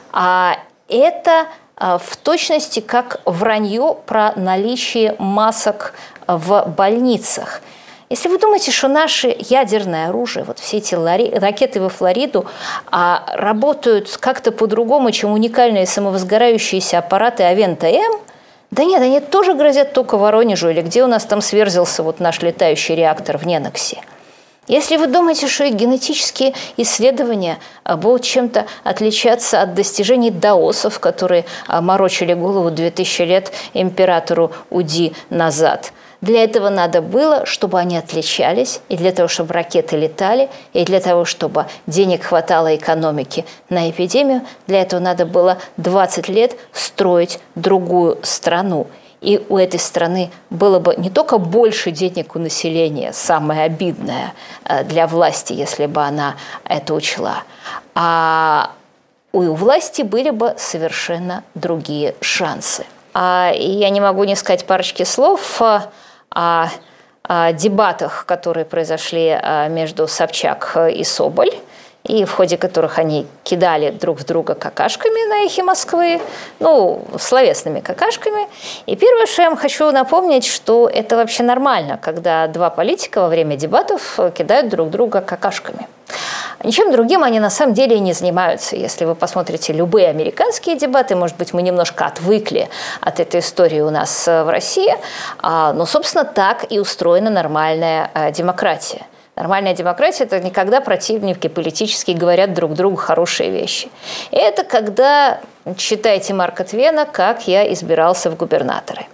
это в точности как вранье про наличие масок в больницах. Если вы думаете, что наше ядерное оружие, вот все эти ракеты во Флориду, а, работают как-то по-другому, чем уникальные самовозгорающиеся аппараты Авента-М, да нет, они тоже грозят только Воронежу, или где у нас там сверзился вот наш летающий реактор в Неноксе. Если вы думаете, что их генетические исследования будут чем-то отличаться от достижений даосов, которые морочили голову две тысячи лет императору Уди назад, для этого надо было, чтобы они отличались, и для того, чтобы ракеты летали, и для того, чтобы денег хватало экономике на эпидемию, для этого надо было двадцать лет строить другую страну. И у этой страны было бы не только больше денег у населения, самое обидное для власти, если бы она это учла, а у власти были бы совершенно другие шансы. И я не могу не сказать парочки слов о, о дебатах, которые произошли между Собчак и Соболь, и в ходе которых они кидали друг в друга какашками на эхе Москвы, ну, словесными какашками. И первое, что я вам хочу напомнить, что это вообще нормально, когда два политика во время дебатов кидают друг друга какашками. Ничем другим они на самом деле и не занимаются. Если вы посмотрите любые американские дебаты, может быть, мы немножко отвыкли от этой истории у нас в России, но, собственно, так и устроена нормальная демократия. Нормальная демократия – это не когда противники политические говорят друг другу хорошие вещи. Это когда, читайте Марка Твена, как я избирался в губернаторы.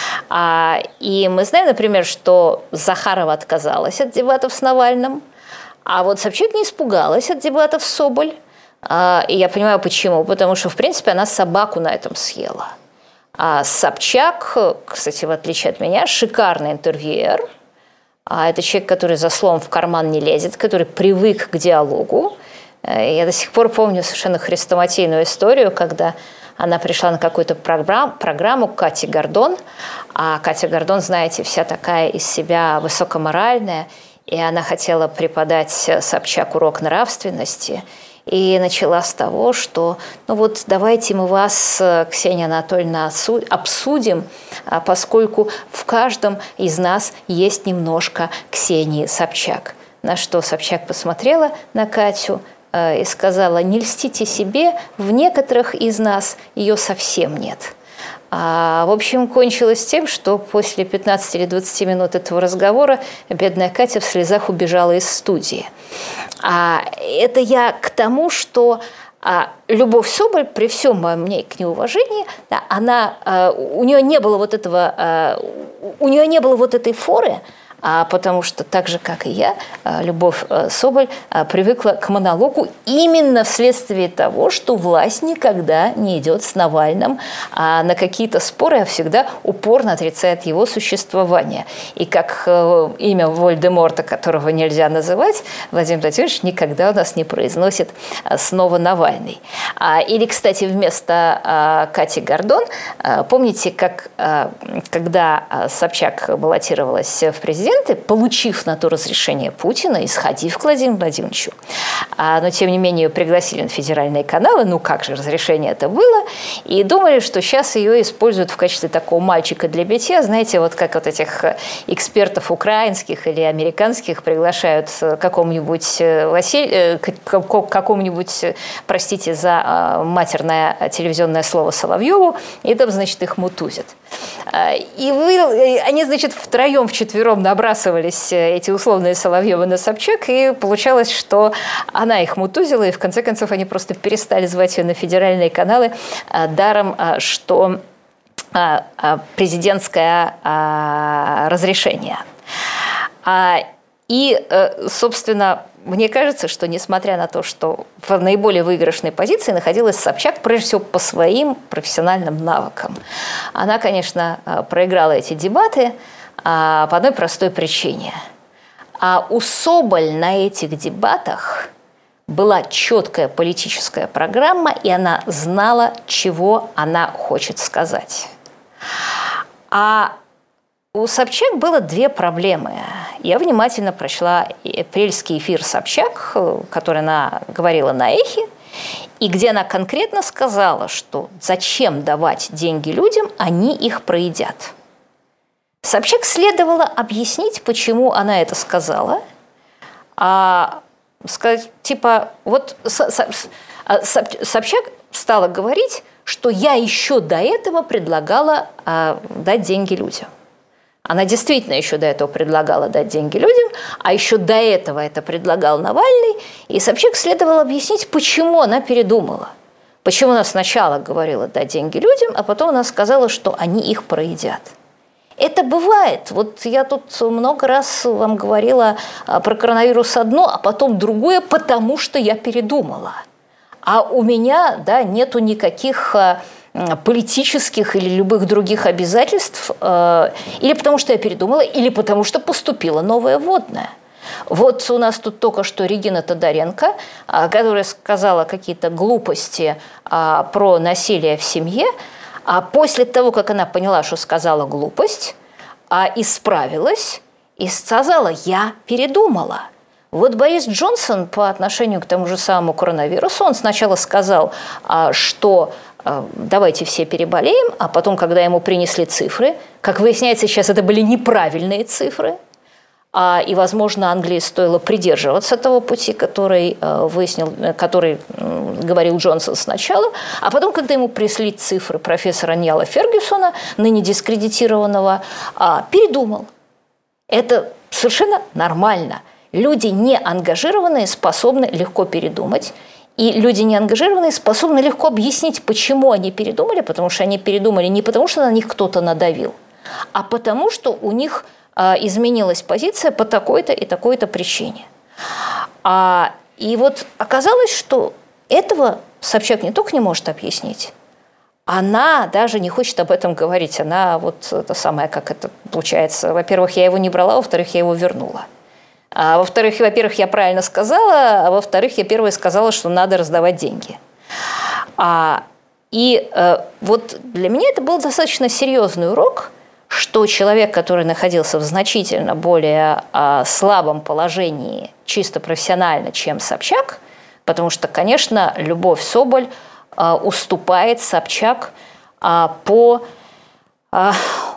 И мы знаем, например, что Захарова отказалась от дебатов с Навальным, а вот Собчак не испугалась от дебатов с Соболь. И я понимаю, почему. Потому что, в принципе, она собаку на этом съела. А Собчак, кстати, в отличие от меня, шикарный интервьюер. Это человек, который за словом в карман не лезет, который привык к диалогу. Я до сих пор помню совершенно хрестоматийную историю, когда она пришла на какую-то программ, программу к Кате Гордон. А Катя Гордон, знаете, вся такая из себя высокоморальная. И она хотела преподать Собчак урок нравственности. И начала с того, что ну вот давайте мы вас, Ксения Анатольевна, обсудим, поскольку в каждом из нас есть немножко Ксении Собчак. На что Собчак посмотрела на Катю и сказала: не льстите себе, в некоторых из нас ее совсем нет. А, в общем, кончилось тем, что после пятнадцати или двадцати минут этого разговора бедная Катя в слезах убежала из студии. А, это я к тому, что а, Любовь Соболь, при всем моем мне к ней уважении, да, она, а, у нее не было вот этого, а, у нее не было вот этой форы, а потому что так же, как и я, Любовь Соболь привыкла к монологу именно вследствие того, что власть никогда не идет с Навальным а на какие-то споры, а всегда упорно отрицает его существование. И как имя Воль-де-Морта, которого нельзя называть, Владимир Владимирович никогда у нас не произносит снова Навальный. Или, кстати, вместо Кати Гордон, помните, как когда Собчак баллотировалась в президенты, получив на то разрешение Путина и сходив к Владимиру Владимировичу. А, но, тем не менее, ее пригласили на федеральные каналы, ну как же разрешение это было, и думали, что сейчас ее используют в качестве такого мальчика для битья, знаете, вот как вот этих экспертов украинских или американских приглашают к какому-нибудь, Василь... к какому-нибудь, простите за матерное телевизионное слово, Соловьеву, и там, значит, их мутузят. И вы, они, значит, втроем, вчетвером набрасывались, эти условные Соловьевы на Собчак, и получалось, что она их мутузила, и в конце концов они просто перестали звать ее на федеральные каналы, даром, что президентское разрешение. И, собственно, мне кажется, что несмотря на то, что в наиболее выигрышной позиции находилась Собчак, прежде всего по своим профессиональным навыкам. Она, конечно, проиграла эти дебаты по одной простой причине. А у Соболь на этих дебатах была четкая политическая программа, и она знала, чего она хочет сказать. А у Собчак было две проблемы. Я внимательно прочла апрельский эфир Собчак, который она говорила на Эхе, и где она конкретно сказала, что зачем давать деньги людям, они их проедят. Собчак следовало объяснить, почему она это сказала. А, сказать, типа, вот Собчак стала говорить, что я еще до этого предлагала а, дать деньги людям. Она действительно еще до этого предлагала дать деньги людям, а еще до этого это предлагал Навальный, и Собчак следовало объяснить, почему она передумала. Почему она сначала говорила дать деньги людям, а потом она сказала, что они их проедят. Это бывает. Вот я тут много раз вам говорила про коронавирус одно, а потом другое, потому что я передумала. А у меня, да, нету никаких политических или любых других обязательств, или потому что я передумала, или потому что поступила новая вводная. Вот у нас тут только что Регина Тодоренко, которая сказала какие-то глупости про насилие в семье, а после того, как она поняла, что сказала глупость, исправилась и сказала: «Я передумала». Вот Борис Джонсон по отношению к тому же самому коронавирусу, он сначала сказал, что давайте все переболеем, а потом, когда ему принесли цифры, как выясняется, сейчас это были неправильные цифры, и, возможно, Англии стоило придерживаться того пути, который выяснил, который говорил Джонсон сначала, а потом, когда ему принесли цифры профессора Ниала Фергюсона, ныне дискредитированного, передумал. Это совершенно нормально. Люди не ангажированные способны легко передумать. И люди неангажированные способны легко объяснить, почему они передумали, потому что они передумали не потому, что на них кто-то надавил, а потому, что у них а, изменилась позиция по такой-то и такой-то причине. А, и вот оказалось, что этого Собчак не только не может объяснить, она даже не хочет об этом говорить. Она вот это самое, как это получается. Во-первых, я его не брала, во-вторых, я его вернула. А во-вторых, во-первых, я правильно сказала, а во-вторых, я первая сказала, что надо раздавать деньги. А, и а, вот для меня это был достаточно серьезный урок, что человек, который находился в значительно более а, слабом положении, чисто профессионально, чем Собчак, потому что, конечно, Любовь Соболь а, уступает Собчак а, по а,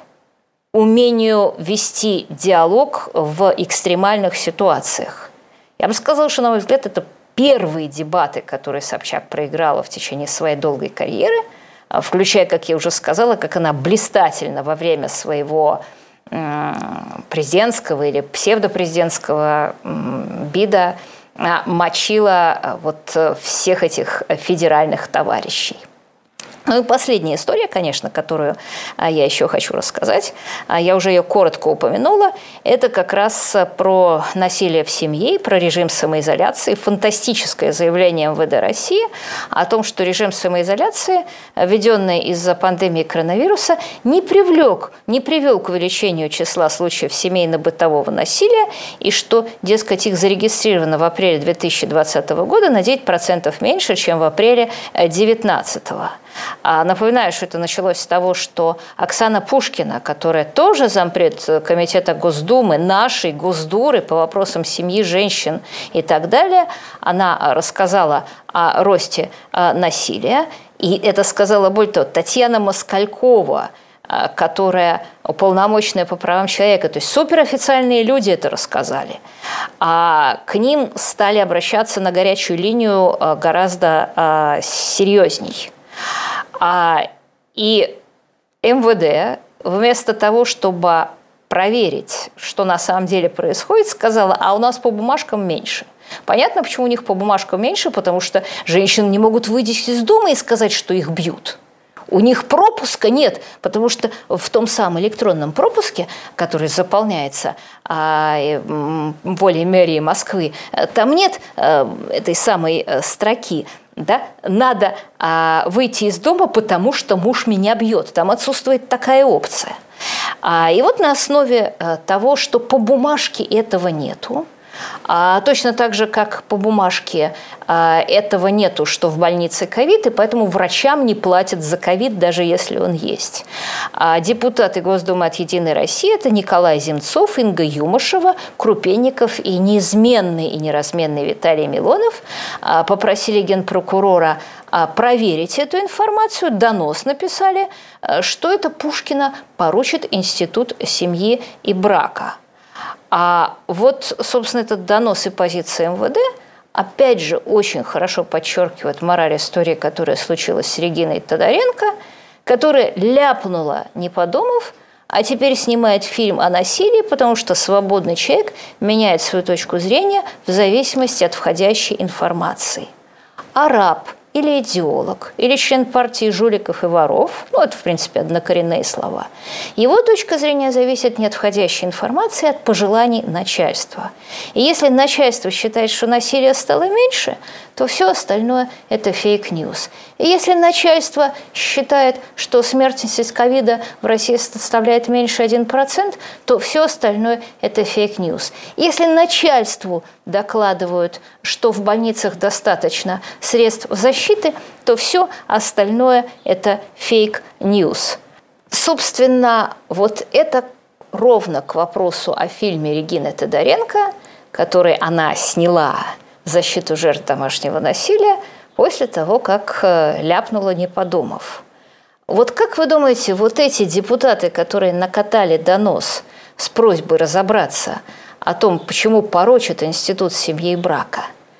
умению вести диалог в экстремальных ситуациях. Я бы сказала, что, на мой взгляд, это первые дебаты, которые Собчак проиграла в течение своей долгой карьеры. включая, как я уже сказала, как она блистательно во время своего президентского или псевдопрезидентского бида мочила вот всех этих федеральных товарищей. Ну и последняя история, конечно, которую я еще хочу рассказать, я уже ее коротко упомянула, это как раз про насилие в семье, про режим самоизоляции, фантастическое заявление эм вэ дэ России о том, что режим самоизоляции, введенный из-за пандемии коронавируса, не привлек, не привел к увеличению числа случаев семейно-бытового насилия, и что, дескать, их зарегистрировано в апреле две тысячи двадцатого года на девять процентов меньше, чем в апреле две тысячи девятнадцатого. Напоминаю, что это началось с того, что Оксана Пушкина, которая тоже зампред комитета Госдумы, нашей Госдуры по вопросам семьи, женщин и так далее, она рассказала о росте насилия. И это сказала, более того, Татьяна Москалькова, которая уполномоченная по правам человека, то есть суперофициальные люди это рассказали. А к ним стали обращаться на горячую линию гораздо серьезней. А, и эм вэ дэ вместо того, чтобы проверить, что на самом деле происходит, сказала, а у нас по бумажкам меньше. Понятно, почему у них по бумажкам меньше, потому что женщины не могут выйти из дома и сказать, что их бьют. У них пропуска нет, потому что в том самом электронном пропуске, который заполняется а, волей мэрии Москвы, там нет а, этой самой строки. Да? Надо а, выйти из дома, потому что муж меня бьет. Там отсутствует такая опция. А, и вот на основе а, того, что по бумажке этого нету, а, точно так же, как по бумажке а, этого нету, что в больнице ковид, и поэтому врачам не платят за ковид, даже если он есть. А, депутаты Госдумы от «Единой России» – это Николай Земцов, Инга Юмашева, Крупенников и неизменный и неразменный Виталий Милонов а, попросили генпрокурора а, проверить эту информацию, донос написали, а, что это Пушкина поручит Институт семьи и брака. А вот, собственно, этот донос и позиция эм вэ дэ, опять же, очень хорошо подчеркивает мораль истории, которая случилась с Региной Тодоренко, которая ляпнула, не подумав, а теперь снимает фильм о насилии, потому что свободный человек меняет свою точку зрения в зависимости от входящей информации. Араб или идеолог, или член партии жуликов и воров, ну, это, в принципе, однокоренные слова, его точка зрения зависит не от входящей информации, а от пожеланий начальства. И если начальство считает, что насилия стало меньше, то все остальное – это фейк-ньюс. И если начальство считает, что смертность ковида в России составляет меньше один процент, то все остальное – это фейк-ньюс. Если начальству докладывают, что в больницах достаточно средств защиты, то все остальное – это фейк-ньюс. Собственно, вот это ровно к вопросу о фильме Регины Тодоренко, который она сняла в защиту жертв домашнего насилия после того, как ляпнула, не подумав. Вот как вы думаете, вот эти депутаты, которые накатали донос с просьбой разобраться о том, почему порочат Институт семьи и брака,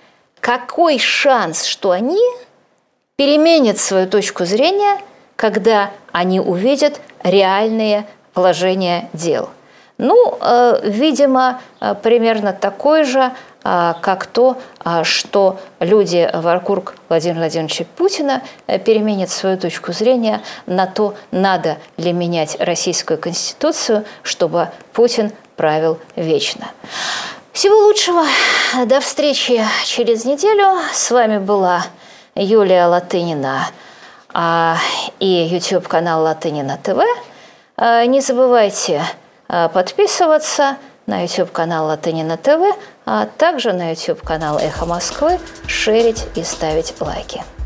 какой шанс, что они переменят свою точку зрения, когда они увидят реальные положения дел? Ну, э, видимо, э, примерно такой же, э, как то, э, что люди вокруг Владимира Владимировича Путина э, переменят свою точку зрения на то, надо ли менять Российскую Конституцию, чтобы Путин правил вечно. Всего лучшего, до встречи через неделю. С вами была Юлия Латынина э, и YouTube-канал Латынина ТВ. Э, не забывайте подписываться на YouTube-канал Латынина ТВ, а также на YouTube-канал Эхо Москвы, шерить и ставить лайки.